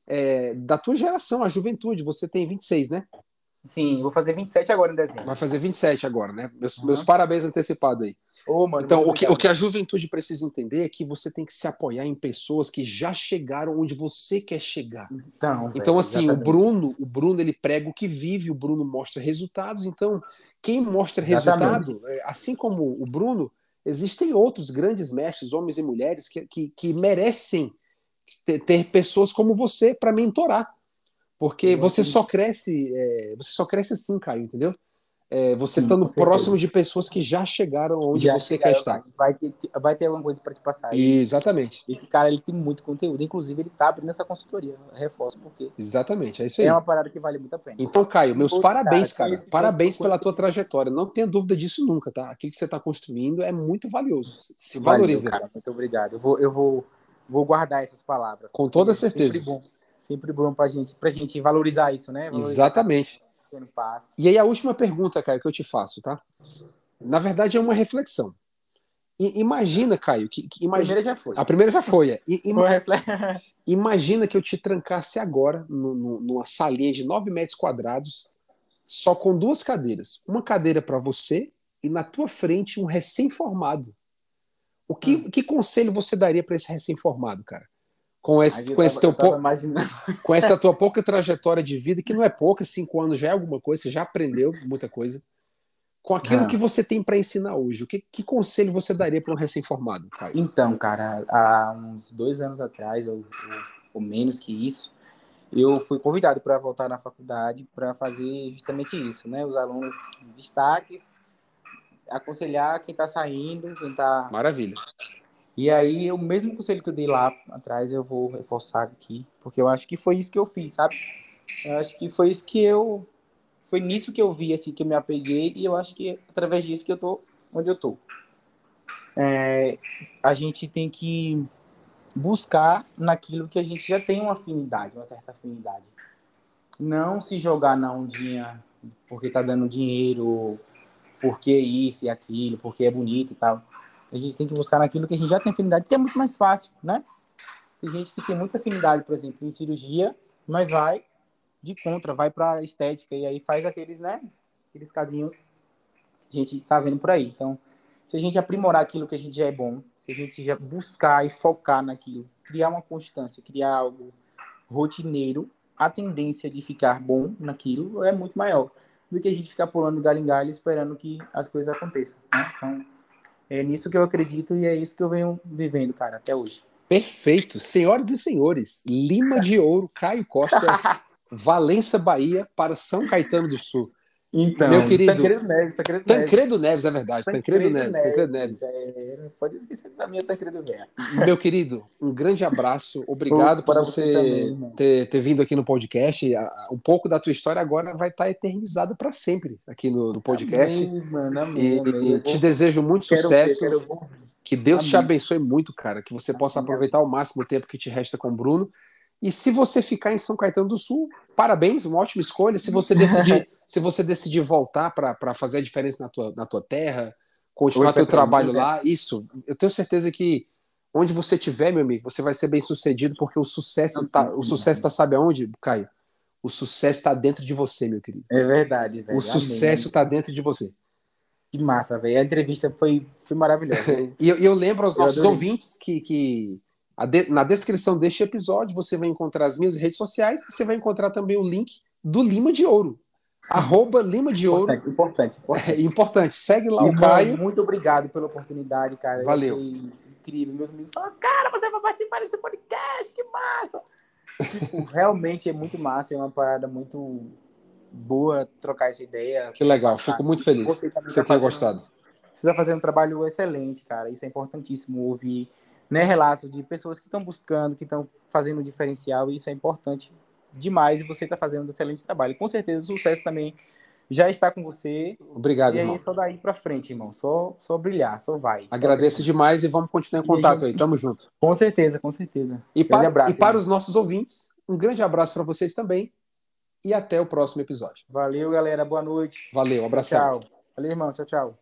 da tua geração, a juventude. Você tem 26, né? Sim, vou fazer 27 agora em dezembro. Vai fazer 27 agora, né? Meus Uhum. parabéns antecipados aí. Ô, mano, Então, muito o obrigado. que a juventude precisa entender é que você tem que se apoiar em pessoas que já chegaram onde você quer chegar. Então, Então, velho, assim, exatamente. O Bruno, ele prega o que vive, o Bruno mostra resultados. Então, quem mostra Exatamente. resultado, assim como o Bruno, existem outros grandes mestres, homens e mulheres, que merecem ter pessoas como você para mentorar. Porque Eu acredito. você só cresce assim, Caio, entendeu? Você Sim, estando com próximo certeza. de pessoas que já chegaram onde Já você quer chegaram lá. estar. Vai ter alguma coisa para te passar. Exatamente. Esse cara, ele tem muito conteúdo. Inclusive, ele tá abrindo essa consultoria. Eu reforço, porque Exatamente, é isso é aí. uma parada que vale muito a pena. Então, Caio, E meus outro, cara, parabéns, cara. conhecimento, Parabéns pela tua conhecimento. trajetória. Não tenha dúvida disso nunca, tá? Aquilo que você está construindo é muito valioso. Se Valeu, valoriza, cara. Muito obrigado. Eu vou guardar essas palavras, com toda porque é certeza. sempre bom pra gente valorizar isso, né? Valorizar cada Exatamente. pequeno passo. E aí, a última pergunta, Caio, que eu te faço, tá? Na verdade, é uma reflexão. Imagina, Caio, A primeira já foi. a primeira já foi. Foi reflexo. Imagina que eu te trancasse agora numa salinha de 9 metros quadrados, só com duas cadeiras. Uma cadeira para você e na tua frente um recém-formado. Que conselho você daria para esse recém-formado, cara? Com Mas esse, eu com esse tava, teu eu tava imaginando. com essa tua pouca trajetória de vida, que não é pouca, 5 anos já é alguma coisa, você já aprendeu muita coisa. Com aquilo que você tem para ensinar hoje, que conselho você daria para um recém-formado, Caio? Então, cara, há uns 2 anos atrás, ou menos que isso, eu fui convidado para voltar na faculdade para fazer justamente isso, né? Os alunos destaques, aconselhar quem está saindo, quem está. Maravilha. E aí, o mesmo conselho que eu dei lá atrás, eu vou reforçar aqui, porque eu acho que foi isso que eu fiz, sabe? Eu acho que foi isso que eu. Foi nisso que eu vi, assim, que eu me apeguei, e eu acho que é através disso que eu tô onde eu tô. A gente tem que buscar naquilo que a gente já tem uma afinidade, uma certa afinidade. Não se jogar na ondinha porque tá dando dinheiro, porque isso e aquilo, porque é bonito e tal. A gente tem que buscar naquilo que a gente já tem afinidade, porque é muito mais fácil, né? Tem gente que tem muita afinidade, por exemplo, em cirurgia, mas vai de contra, vai pra estética e aí faz aqueles, né? Aqueles casinhos que a gente tá vendo por aí. Então, se a gente aprimorar aquilo que a gente já é bom, se a gente já buscar e focar naquilo, criar uma constância, criar algo rotineiro, a tendência de ficar bom naquilo é muito maior do que a gente ficar pulando de galho em galho esperando que as coisas aconteçam, né? Então, é nisso que eu acredito e é isso que eu venho vivendo, cara, até hoje. Perfeito. Senhoras e senhores, Lima de Ouro, Caio Costa, Valença, Bahia, para São Caetano do Sul. Meu Então, querido, Tancredo Neves. Tancredo Neves, é verdade, Tancredo Tancredo Neves, Neves. não pode esquecer da minha Tancredo Neves. Meu querido, um grande abraço, obrigado Outro por para você também, você irmão. ter vindo aqui no podcast. Um pouco da tua história agora vai estar eternizada para sempre aqui no podcast. Amém, mano, amém, E amém. te desejo muito Quero ver, sucesso. quero ver. Que Deus te Amém. abençoe muito, cara. Que você possa aproveitar ao máximo o tempo que te resta com o Bruno. E se você ficar em São Caetano do Sul, parabéns, uma ótima escolha. Se você decidir voltar para fazer a diferença na tua terra, continuar teu trabalho lá, isso, eu tenho certeza que onde você estiver, meu amigo, você vai ser bem sucedido, porque o sucesso tá, sabe aonde, Caio? O sucesso está dentro de você, meu querido. É verdade, velho. O sucesso está dentro de você. Que massa, velho. A entrevista foi maravilhosa. E eu lembro aos nossos ouvintes que na descrição deste episódio você vai encontrar as minhas redes sociais e você vai encontrar também o link do Lima de Ouro. @Lima de Ouro. Importante. Importante. Segue lá o Caio. Muito obrigado pela oportunidade, cara. Valeu. Eu achei incrível. Meus amigos falaram, cara, você vai participar desse podcast, que massa. Tipo, realmente é muito massa, é uma parada muito boa trocar essa ideia. Que legal, fico muito feliz que você tenha gostado. Você está fazendo um trabalho excelente, cara. Isso é importantíssimo ouvir, né, relatos de pessoas que estão buscando, que estão fazendo um diferencial, e isso é importante demais, e você está fazendo um excelente trabalho. Com certeza o sucesso também já está com você. Obrigado, irmão. E aí, só daí para frente, irmão. Só brilhar, só vai. Agradeço demais e vamos continuar em contato aí. Tamo junto. Com certeza. E para os nossos ouvintes, um grande abraço para vocês também e até o próximo episódio. Valeu, galera. Boa noite. Valeu, abração. Tchau. Valeu, irmão. Tchau.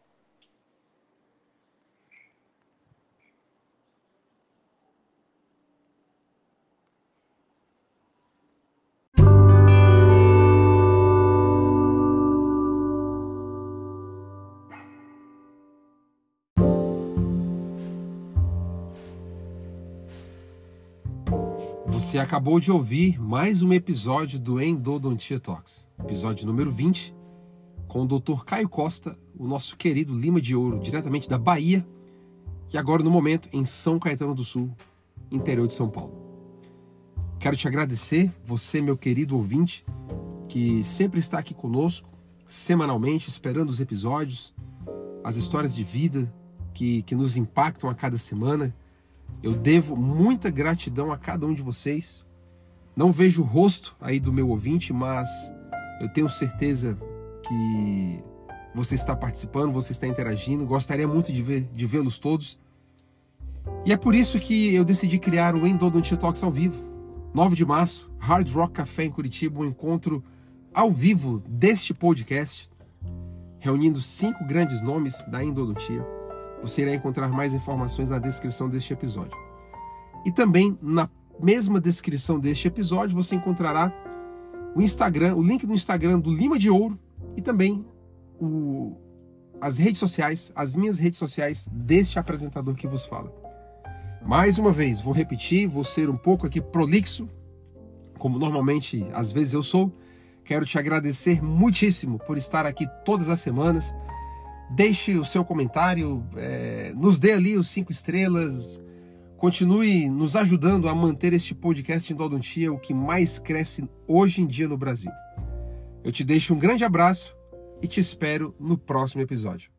Você acabou de ouvir mais um episódio do Endodontia Talks, episódio número 20, com o Dr. Caio Costa, o nosso querido Lima de Ouro, diretamente da Bahia, e agora no momento em São Caetano do Sul, interior de São Paulo. Quero te agradecer, você, meu querido ouvinte, que sempre está aqui conosco, semanalmente, esperando os episódios, as histórias de vida que nos impactam a cada semana. Eu devo muita gratidão a cada um de vocês. Não vejo o rosto aí do meu ouvinte, mas eu tenho certeza que você está participando, você está interagindo. Gostaria muito de vê-los todos. E é por isso que eu decidi criar o Endodontia Talks ao vivo. 9 de março, Hard Rock Café em Curitiba, um encontro ao vivo deste podcast, reunindo 5 grandes nomes da endodontia. Você irá encontrar mais informações na descrição deste episódio. E também na mesma descrição deste episódio você encontrará o Instagram, o link do Instagram do Lima de Ouro e também as redes sociais, as minhas redes sociais deste apresentador que vos fala. Mais uma vez, vou repetir, vou ser um pouco aqui prolixo, como normalmente às vezes eu sou. Quero te agradecer muitíssimo por estar aqui todas as semanas. Deixe o seu comentário, nos dê ali os 5 estrelas, continue nos ajudando a manter este podcast Endodontia, o que mais cresce hoje em dia no Brasil. Eu te deixo um grande abraço e te espero no próximo episódio.